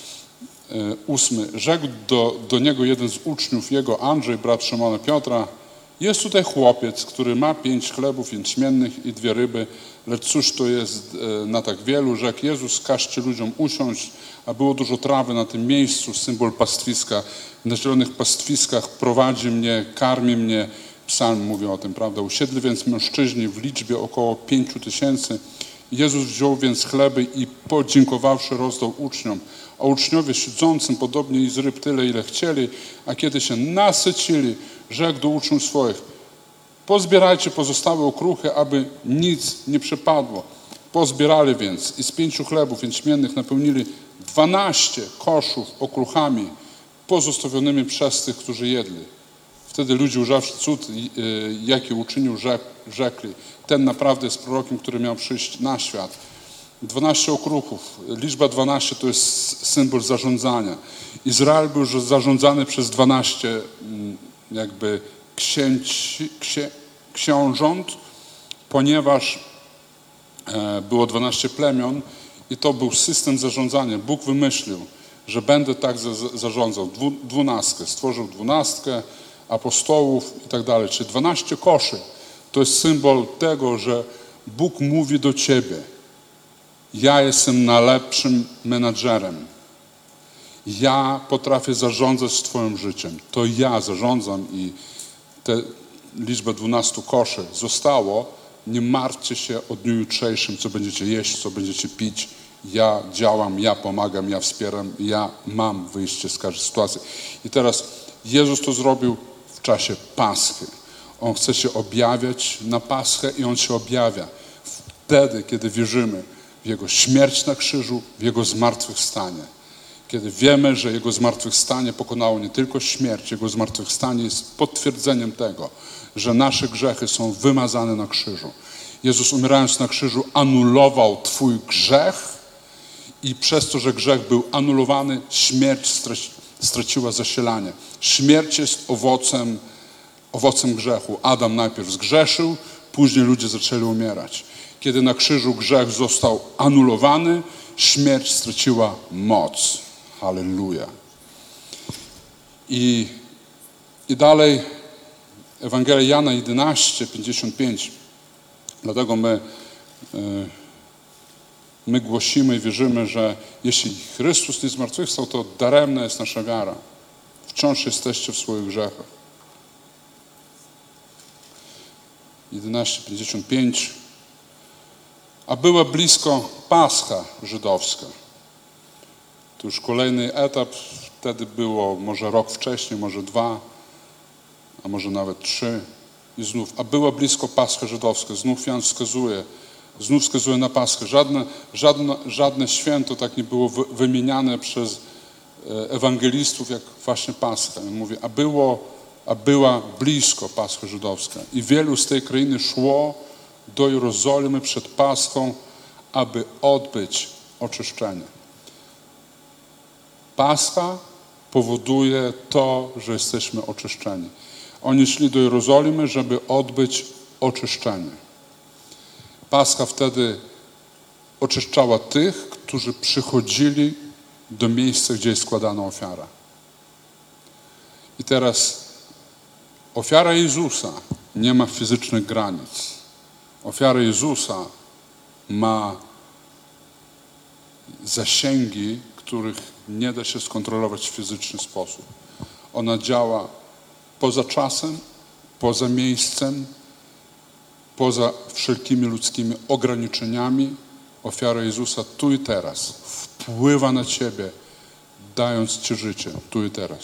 8. Rzekł do niego jeden z uczniów jego, Andrzej, brat Szymona Piotra, jest tutaj chłopiec, który ma 5 chlebów jęczmiennych i 2 ryby, lecz cóż to jest na tak wielu? Rzekł Jezus, każcie ludziom usiąść, a było dużo trawy na tym miejscu, symbol pastwiska. Na zielonych pastwiskach prowadzi mnie, karmi mnie. Psalm mówi o tym, prawda? Usiedli więc mężczyźni w liczbie około 5000. Jezus wziął więc chleby i podziękowawszy rozdał uczniom, a uczniowie siedzącym podobnie i z ryb tyle, ile chcieli, a kiedy się nasycili, rzekł do uczniów swoich, pozbierajcie pozostałe okruchy, aby nic nie przepadło. Pozbierali więc i z 5 chlebów jęczmiennych napełnili 12 koszów okruchami pozostawionymi przez tych, którzy jedli. Wtedy ludzie, ujrzawszy cud, jaki uczynił, rzekli, ten naprawdę jest prorokiem, który miał przyjść na świat. 12 okruchów. Liczba 12 to jest symbol zarządzania. Izrael był już zarządzany przez 12 jakby książąt, ponieważ było 12 plemion i to był system zarządzania. Bóg wymyślił, że będę tak zarządzał. 12. Stworzył 12 apostołów i tak dalej. Czyli 12 koszy. To jest symbol tego, że Bóg mówi do ciebie. Ja jestem najlepszym menadżerem. Ja potrafię zarządzać twoim życiem. To ja zarządzam i te liczba 12 koszy zostało. Nie martwcie się o dniu jutrzejszym, co będziecie jeść, co będziecie pić. Ja działam, ja pomagam, ja wspieram, ja mam wyjście z każdej sytuacji. I teraz Jezus to zrobił w czasie Paschy. On chce się objawiać na Paschę i On się objawia wtedy, kiedy wierzymy w Jego śmierć na krzyżu, w Jego zmartwychwstanie. Kiedy wiemy, że Jego zmartwychwstanie pokonało nie tylko śmierć, Jego zmartwychwstanie jest potwierdzeniem tego, że nasze grzechy są wymazane na krzyżu. Jezus umierając na krzyżu anulował twój grzech i przez to, że grzech był anulowany, śmierć straciła zasilanie. Śmierć jest owocem grzechu. Adam najpierw zgrzeszył, później ludzie zaczęli umierać. Kiedy na krzyżu grzech został anulowany, śmierć straciła moc. Halleluja. I dalej Ewangelia Jana 11, 55. Dlatego my głosimy i wierzymy, że jeśli Chrystus nie zmartwychwstał, to daremna jest nasza wiara. Wciąż jesteście w swoich grzechach. 11:55. A była blisko Pascha żydowska. To już kolejny etap. Wtedy było może rok wcześniej, może 2, a może nawet 3. I znów, a była blisko Pascha żydowska. Znów Jan wskazuje na Paschę. Żadne święto tak nie było wymieniane przez ewangelistów jak właśnie Pascha. On mówi, a była blisko Pascha żydowska. I wielu z tej krainy szło do Jerozolimy przed Paschą, aby odbyć oczyszczenie. Pascha powoduje to, że jesteśmy oczyszczeni. Oni szli do Jerozolimy, żeby odbyć oczyszczenie. Pascha wtedy oczyszczała tych, którzy przychodzili do miejsca, gdzie jest składana ofiara. I teraz ofiara Jezusa nie ma fizycznych granic. Ofiara Jezusa ma zasięgi, których nie da się skontrolować w fizyczny sposób. Ona działa poza czasem, poza miejscem, poza wszelkimi ludzkimi ograniczeniami. Ofiara Jezusa tu i teraz wpływa na ciebie, dając ci życie tu i teraz.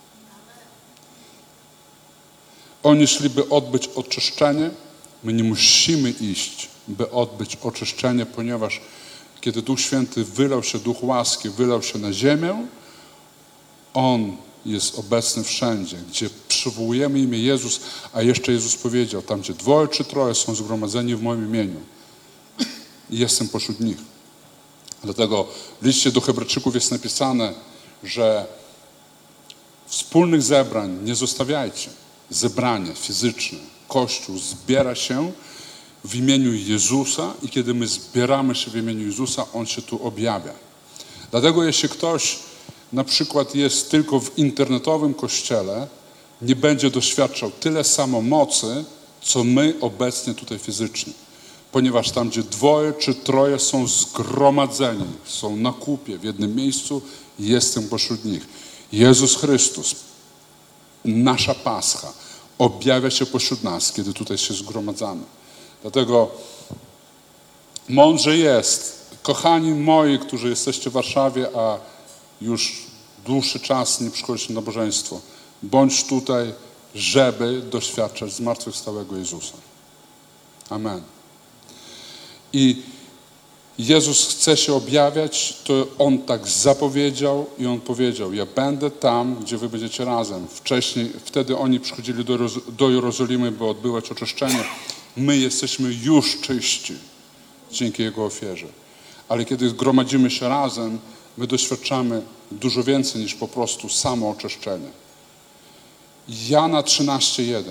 Oni szli, by odbyć oczyszczenie. My nie musimy iść, by odbyć oczyszczenie, ponieważ kiedy Duch Święty wylał się, Duch łaski wylał się na ziemię, On jest obecny wszędzie, gdzie przywołujemy imię Jezus, a jeszcze Jezus powiedział, tam gdzie 2 czy 3 są zgromadzeni w moim imieniu i jestem pośród nich. Dlatego w liście do Hebrajczyków jest napisane, że wspólnych zebrań nie zostawiajcie. Zebranie fizyczne, Kościół zbiera się w imieniu Jezusa i kiedy my zbieramy się w imieniu Jezusa, On się tu objawia. Dlatego jeśli ktoś na przykład jest tylko w internetowym kościele, nie będzie doświadczał tyle samo mocy, co my obecnie tutaj fizycznie. Ponieważ tam, gdzie 2 czy 3 są zgromadzeni, są na kupie w jednym miejscu, jestem pośród nich. Jezus Chrystus, nasza Pascha, objawia się pośród nas, kiedy tutaj się zgromadzamy. Dlatego mądrze jest, kochani moi, którzy jesteście w Warszawie, a już dłuższy czas nie przychodzicie na nabożeństwo, bądź tutaj, żeby doświadczać zmartwychwstałego Jezusa. Amen. I Jezus chce się objawiać, to On tak zapowiedział i On powiedział, ja będę tam, gdzie wy będziecie razem. Wtedy oni przychodzili do Jerozolimy, by odbywać oczyszczenie. My jesteśmy już czyści dzięki Jego ofierze. Ale kiedy gromadzimy się razem, my doświadczamy dużo więcej niż po prostu samo oczyszczenie. Jana 13:1.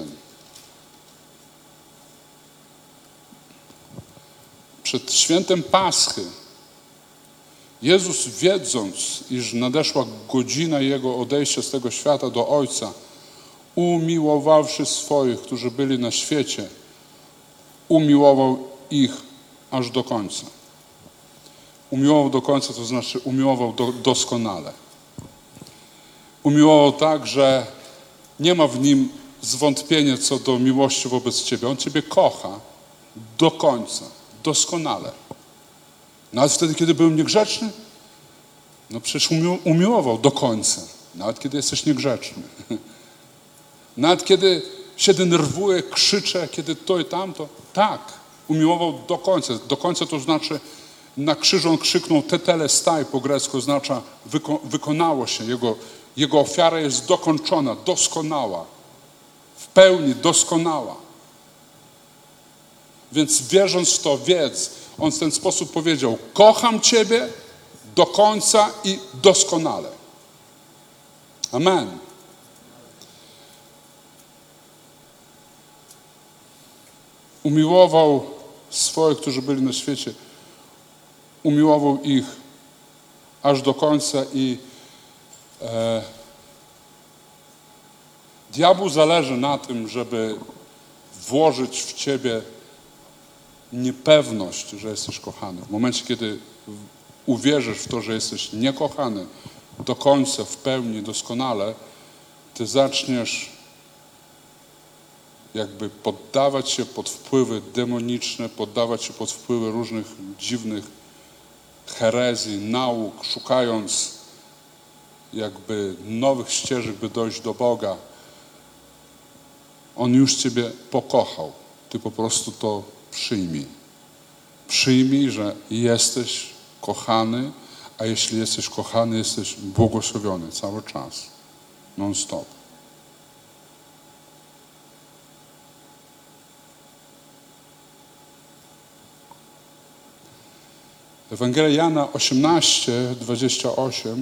Przed świętem Paschy Jezus, wiedząc, iż nadeszła godzina Jego odejścia z tego świata do Ojca, umiłowawszy swoich, którzy byli na świecie, umiłował ich aż do końca. Umiłował do końca, to znaczy umiłował doskonale. Umiłował tak, że nie ma w Nim zwątpienia co do miłości wobec Ciebie. On Ciebie kocha do końca, doskonale. Nawet wtedy, kiedy byłem niegrzeczny, no przecież umiłował do końca. Nawet kiedy jesteś niegrzeczny. Nawet kiedy się denerwuję, krzyczę, kiedy to i tamto. Tak, umiłował do końca. Do końca to znaczy na krzyżu on krzyknął tetelestai, po grecku oznacza wykonało się. Jego ofiara jest dokończona, doskonała. W pełni doskonała. Więc wierząc w to, wiedz, on w ten sposób powiedział, kocham Ciebie do końca i doskonale. Amen. Umiłował swoich, którzy byli na świecie. Umiłował ich aż do końca i Diabłu zależy na tym, żeby włożyć w ciebie niepewność, że jesteś kochany. W momencie, kiedy uwierzysz w to, że jesteś niekochany do końca, w pełni, doskonale, ty zaczniesz jakby poddawać się pod wpływy demoniczne, poddawać się pod wpływy różnych dziwnych herezji, nauk, szukając jakby nowych ścieżek, by dojść do Boga. On już ciebie pokochał. Ty po prostu to przyjmij. Przyjmij, że jesteś kochany, a jeśli jesteś kochany, jesteś błogosławiony cały czas. Non-stop. Ewangelia Jana 18:28.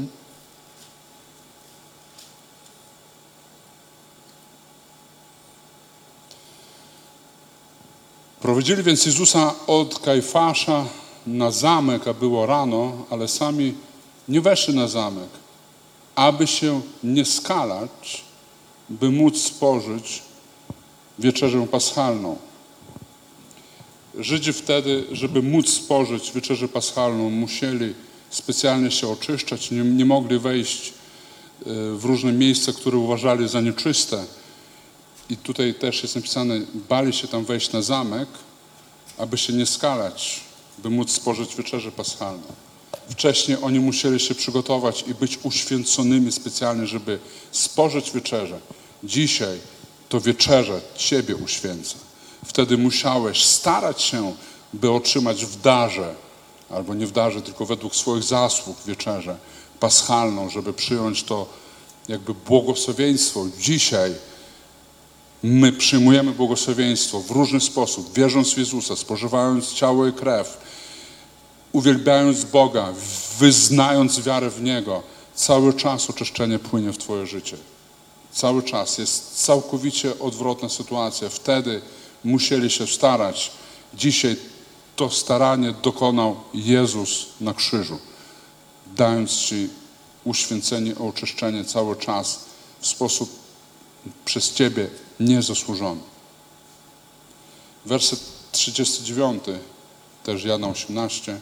Prowadzili więc Jezusa od Kajfasza na zamek, a było rano, ale sami nie weszli na zamek, aby się nie skalać, by móc spożyć wieczerzę paschalną. Żydzi wtedy, żeby móc spożyć wieczerzę paschalną, musieli specjalnie się oczyszczać, nie mogli wejść w różne miejsca, które uważali za nieczyste. I tutaj też jest napisane, bali się tam wejść na zamek, aby się nie skalać, by móc spożyć wieczerzę paschalną. Wcześniej oni musieli się przygotować i być uświęconymi specjalnie, żeby spożyć wieczerzę. Dzisiaj to wieczerze ciebie uświęca. Wtedy musiałeś starać się, by otrzymać w darze, albo nie w darze, tylko według swoich zasług wieczerzę paschalną, żeby przyjąć to jakby błogosławieństwo. Dzisiaj my przyjmujemy błogosławieństwo w różny sposób, wierząc w Jezusa, spożywając ciało i krew, uwielbiając Boga, wyznając wiarę w Niego. Cały czas oczyszczenie płynie w twoje życie. Cały czas. Jest całkowicie odwrotna sytuacja. Wtedy musieli się starać. Dzisiaj to staranie dokonał Jezus na krzyżu, dając ci uświęcenie, oczyszczenie cały czas w sposób przez ciebie niezasłużony. Werset 39, też Jana 18.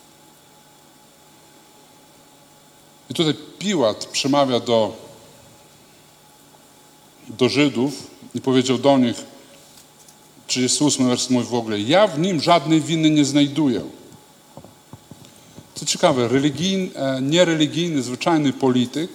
I tutaj Piłat przemawia do Żydów i powiedział do nich, 38 werset mówi w ogóle, ja w nim żadnej winy nie znajduję. Co ciekawe, niereligijny, zwyczajny polityk,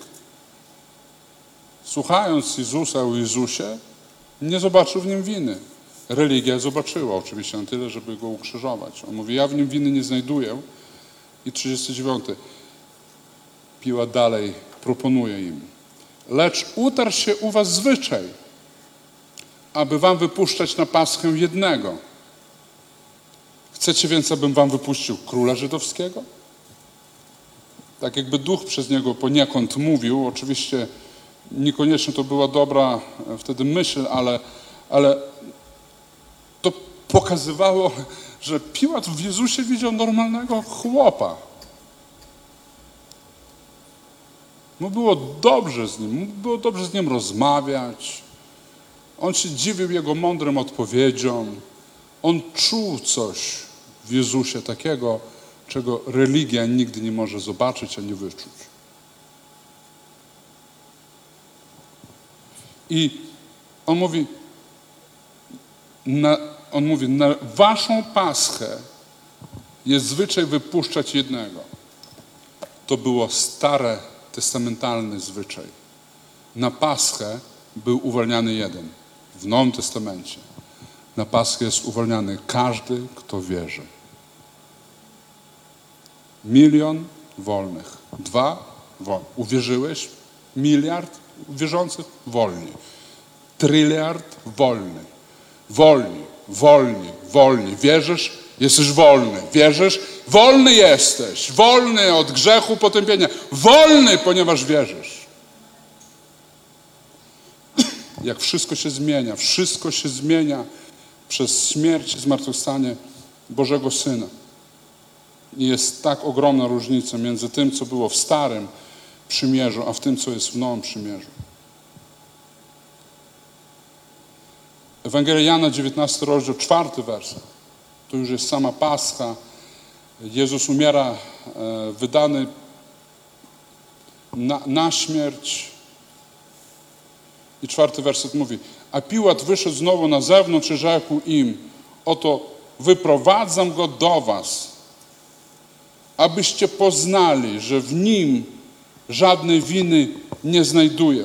słuchając Jezusa o Jezusie, nie zobaczył w nim winy. Religia zobaczyła oczywiście na tyle, żeby go ukrzyżować. On mówi, ja w nim winy nie znajduję. I 39. Piłat dalej proponuje im. Lecz utarł się u was zwyczaj, aby wam wypuszczać na Paschę jednego. Chcecie więc, abym wam wypuścił króla żydowskiego? Tak jakby duch przez niego poniekąd mówił. Oczywiście niekoniecznie to była dobra wtedy myśl, ale to pokazywało, że Piłat w Jezusie widział normalnego chłopa. Mu było dobrze z nim, było dobrze z nim rozmawiać. On się dziwił jego mądrym odpowiedziom. On czuł coś w Jezusie takiego, czego religia nigdy nie może zobaczyć ani wyczuć. I on mówi, na waszą Paschę jest zwyczaj wypuszczać jednego. To było stare, testamentalny zwyczaj. Na Paschę był uwalniany jeden. W Nowym Testamencie na Paschę jest uwalniany każdy, kto wierzy. 1 000 000 wolnych. 2 wolne. Uwierzyłeś? 1 000 000 wierzących? Wolni. 1 tryliard wolny. Wolni, wolni, wolni. Wierzysz? Jesteś wolny. Wierzysz? Wolny jesteś. Wolny od grzechu, potępienia. Wolny, ponieważ wierzysz. Jak wszystko się zmienia przez śmierć i zmartwychwstanie Bożego Syna. I jest tak ogromna różnica między tym, co było w Starym Przymierzu, a w tym, co jest w Nowym Przymierzu. Ewangelia Jana, 19 rozdział, 4 werset. To już jest sama Pascha. Jezus umiera, wydany na śmierć. I 4 werset mówi: a Piłat wyszedł znowu na zewnątrz i rzekł im: oto wyprowadzam go do was, abyście poznali, że w nim żadnej winy nie znajduję.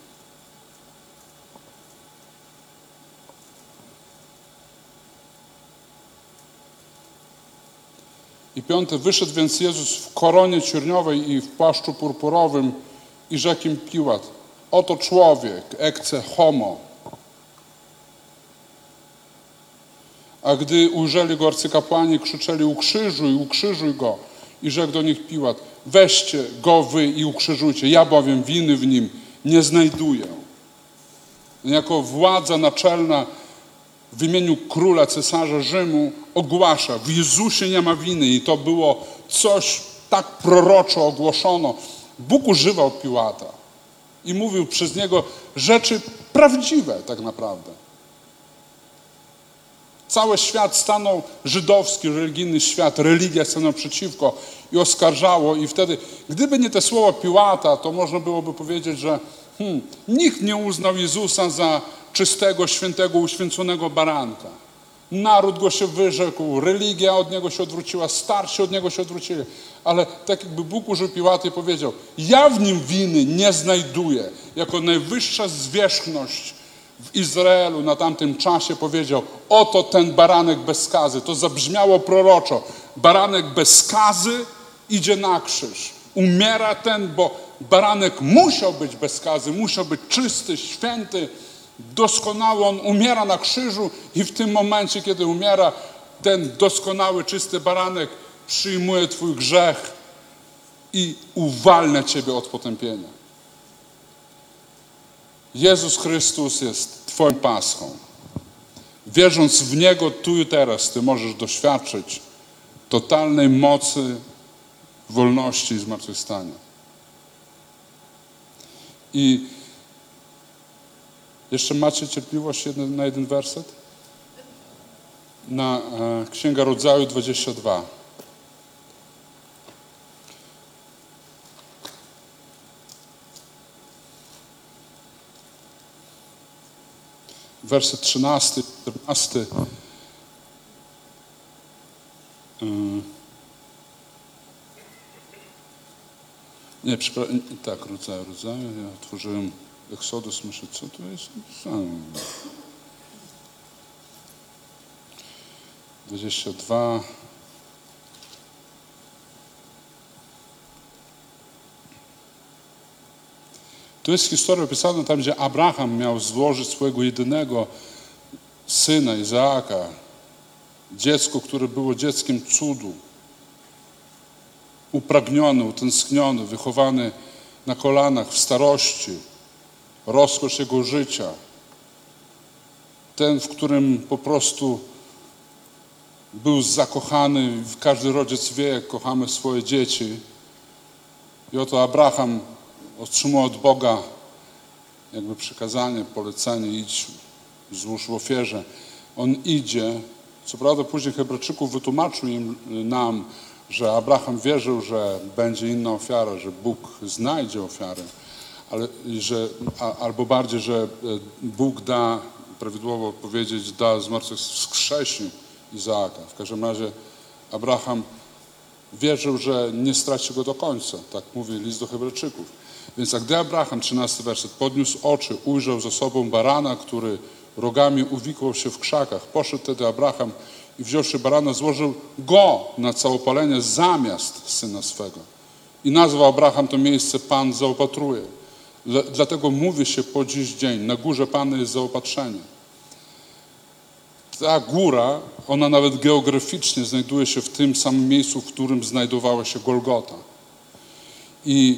I 5. Wyszedł więc Jezus w koronie cierniowej i w płaszczu purpurowym i rzekł im Piłat: oto człowiek, ecce homo. A gdy ujrzeli go arcykapłani, krzyczeli: ukrzyżuj go. I rzekł do nich Piłat: weźcie go wy i ukrzyżujcie, ja bowiem winy w nim nie znajduję. Jako władza naczelna w imieniu króla, cesarza Rzymu ogłasza: w Jezusie nie ma winy. I to było coś tak proroczo ogłoszono. Bóg używał Piłata i mówił przez niego rzeczy prawdziwe tak naprawdę. Cały świat stanął, żydowski, religijny świat, religia stanął przeciwko i oskarżało. I wtedy, gdyby nie te słowa Piłata, to można byłoby powiedzieć, że nikt nie uznał Jezusa za czystego, świętego, uświęconego baranka. Naród go się wyrzekł, religia od niego się odwróciła, starsi od niego się odwrócili. Ale tak jakby Bóg użył Piłata i powiedział: ja w nim winy nie znajduję. Jako najwyższa zwierzchność w Izraelu na tamtym czasie powiedział: oto ten baranek bez skazy. To zabrzmiało proroczo. Baranek bez skazy idzie na krzyż. Umiera ten, bo baranek musiał być bez skazy, musiał być czysty, święty, doskonały. On umiera na krzyżu i w tym momencie, kiedy umiera, ten doskonały, czysty baranek przyjmuje twój grzech i uwalnia ciebie od potępienia. Jezus Chrystus jest twoją Paschą. Wierząc w Niego tu i teraz, ty możesz doświadczyć totalnej mocy, wolności i zmartwychwstania. I jeszcze macie cierpliwość na jeden werset? Na Księga Rodzaju 22. Werset 13, 14. Nie, przepraszam, tak, rodzaju. Ja otworzyłem Exodus, myślę, co to jest? 22. Tu jest historia opisana tam, gdzie Abraham miał złożyć swojego jedynego syna, Izaaka, dziecko, które było dzieckiem cudu, upragniony, utęskniony, wychowany na kolanach w starości, rozkosz jego życia, ten, w którym po prostu był zakochany. Każdy rodzic wie, jak kochamy swoje dzieci. I oto Abraham otrzymał od Boga jakby przykazanie, polecenie: idź, złóż w ofierze. On idzie. Co prawda później Hebrajczyków wytłumaczył nam, że Abraham wierzył, że będzie inna ofiara, że Bóg znajdzie ofiarę, albo bardziej, że Bóg da, prawidłowo powiedzieć, da zmartwychwskrzesi Izaaka. W każdym razie Abraham wierzył, że nie straci go do końca. Tak mówi list do Hebrajczyków. Więc a gdy Abraham, 13 werset, podniósł oczy, ujrzał za sobą barana, który rogami uwikłał się w krzakach. Poszedł wtedy Abraham i wziąwszy barana, złożył go na całopalenie zamiast syna swego. I nazwał Abraham to miejsce: Pan zaopatruje. Dlatego mówi się po dziś dzień: na górze Pana jest zaopatrzenie. Ta góra, ona nawet geograficznie znajduje się w tym samym miejscu, w którym znajdowała się Golgota. I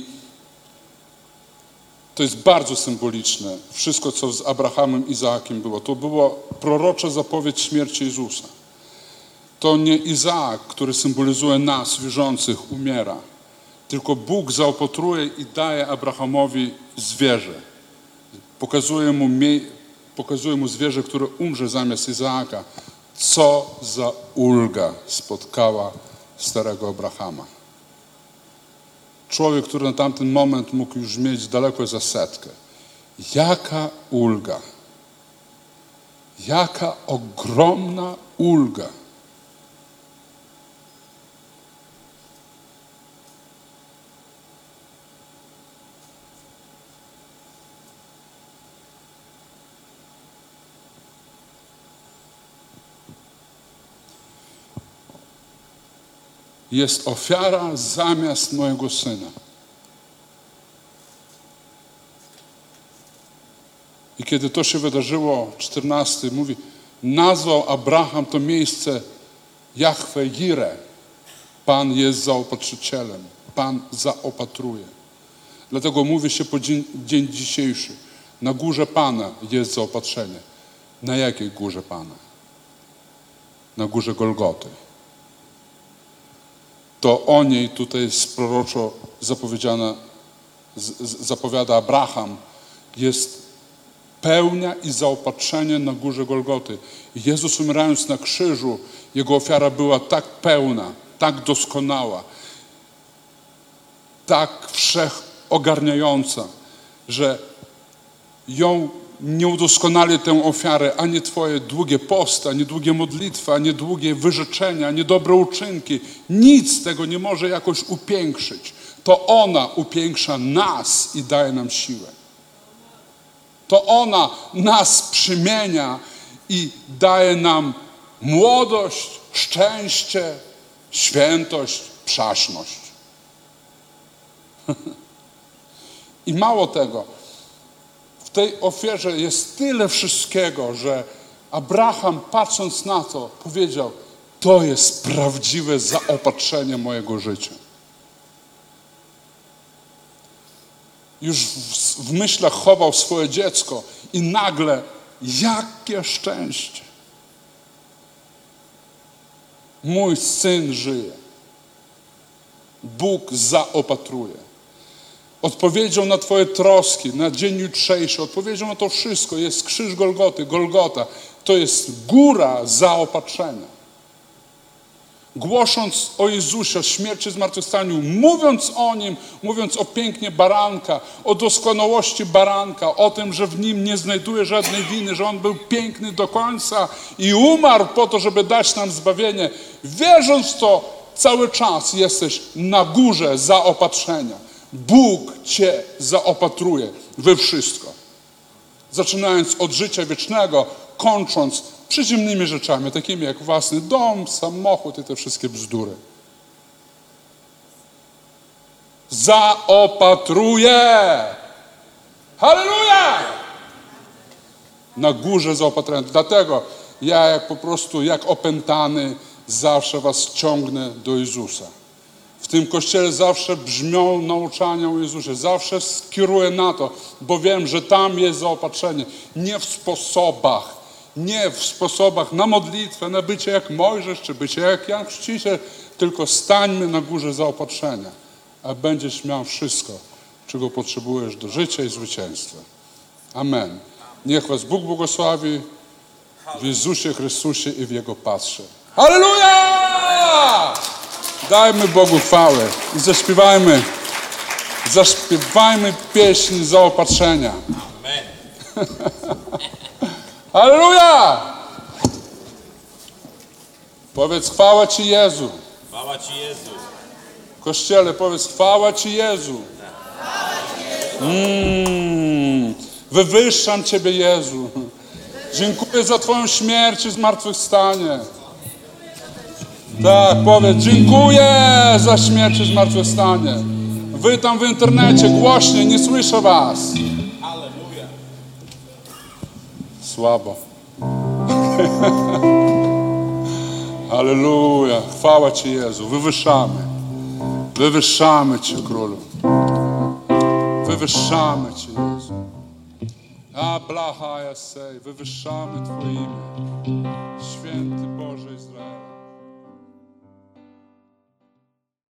to jest bardzo symboliczne. Wszystko, co z Abrahamem i Izaakiem było. To była prorocza zapowiedź śmierci Jezusa. To nie Izaak, który symbolizuje nas, wierzących, umiera. Tylko Bóg zaopatruje i daje Abrahamowi zwierzę. Pokazuje mu pokazuje mu zwierzę, które umrze zamiast Izaaka. Co za ulga spotkała starego Abrahama. Człowiek, który na tamten moment mógł już mieć daleko za 100. Jaka ulga. Jaka ogromna ulga. Jest ofiara zamiast mojego syna. I kiedy to się wydarzyło, 14 mówi, nazwał Abraham to miejsce Jahwe Jireh. Pan jest zaopatrzycielem. Pan zaopatruje. Dlatego mówi się po dzień dzisiejszy, na górze Pana jest zaopatrzenie. Na jakiej górze Pana? Na górze Golgoty. To o niej tutaj jest proroczo zapowiada Abraham, jest pełnia i zaopatrzenie na górze Golgoty. Jezus umierając na krzyżu, Jego ofiara była tak pełna, tak doskonała, tak wszechogarniająca, że ją nie udoskonali tę ofiarę ani Twoje długie posty, ani długie modlitwy, ani długie wyrzeczenia, ani dobre uczynki. Nic tego nie może jakoś upiększyć. To ona upiększa nas i daje nam siłę. To ona nas przemienia i daje nam młodość, szczęście, świętość, przaśność. I mało tego, w tej ofierze jest tyle wszystkiego, że Abraham, patrząc na to, powiedział, to jest prawdziwe zaopatrzenie mojego życia. Już w myślach chował swoje dziecko i nagle, jakie szczęście. Mój syn żyje. Bóg zaopatruje. Odpowiedzią na Twoje troski, na dzień jutrzejszy, odpowiedzią na to wszystko jest krzyż Golgoty, Golgota. To jest góra zaopatrzenia. Głosząc o Jezusie, o śmierci, zmartwychwstaniu, mówiąc o Nim, mówiąc o pięknie baranka, o doskonałości baranka, o tym, że w Nim nie znajduje żadnej winy, że On był piękny do końca i umarł po to, żeby dać nam zbawienie. Wierząc w to, cały czas jesteś na górze zaopatrzenia. Bóg Cię zaopatruje we wszystko. Zaczynając od życia wiecznego, kończąc przyziemnymi rzeczami, takimi jak własny dom, samochód i te wszystkie bzdury. Zaopatruje! Halleluja! Na górze zaopatrzenia. Dlatego ja jak opętany zawsze was ciągnę do Jezusa. W tym kościele zawsze brzmią nauczania o Jezusie. Zawsze skieruję na to, bo wiem, że tam jest zaopatrzenie. Nie w sposobach na modlitwę, na bycie jak Mojżesz, czy bycie jak Jan Chrzciciel, tylko stańmy na górze zaopatrzenia, a będziesz miał wszystko, czego potrzebujesz do życia i zwycięstwa. Amen. Niech was Bóg błogosławi w Jezusie Chrystusie i w Jego patrze. Halleluja! Dajmy Bogu chwałę i zaśpiewajmy pieśń zaopatrzenia. Amen. Halleluja! Powiedz chwała Ci Jezu. Chwała Ci, Jezu. Kościele, powiedz chwała Ci Jezu. Wywyższam Ciebie Jezu. Dziękuję za Twoją śmierć i zmartwychwstanie. Tak, powiedz, dziękuję za śmierć i zmartwychwstanie. Wy tam w internecie, głośniej, nie słyszę was. Halleluja. Słabo. Halleluja. Chwała Ci Jezu. Wywyższamy Cię, Królu. Wywyższamy Cię, Jezu. A blacha ja sej. Wywyższamy Twoje imię. Święty Boże Izraela.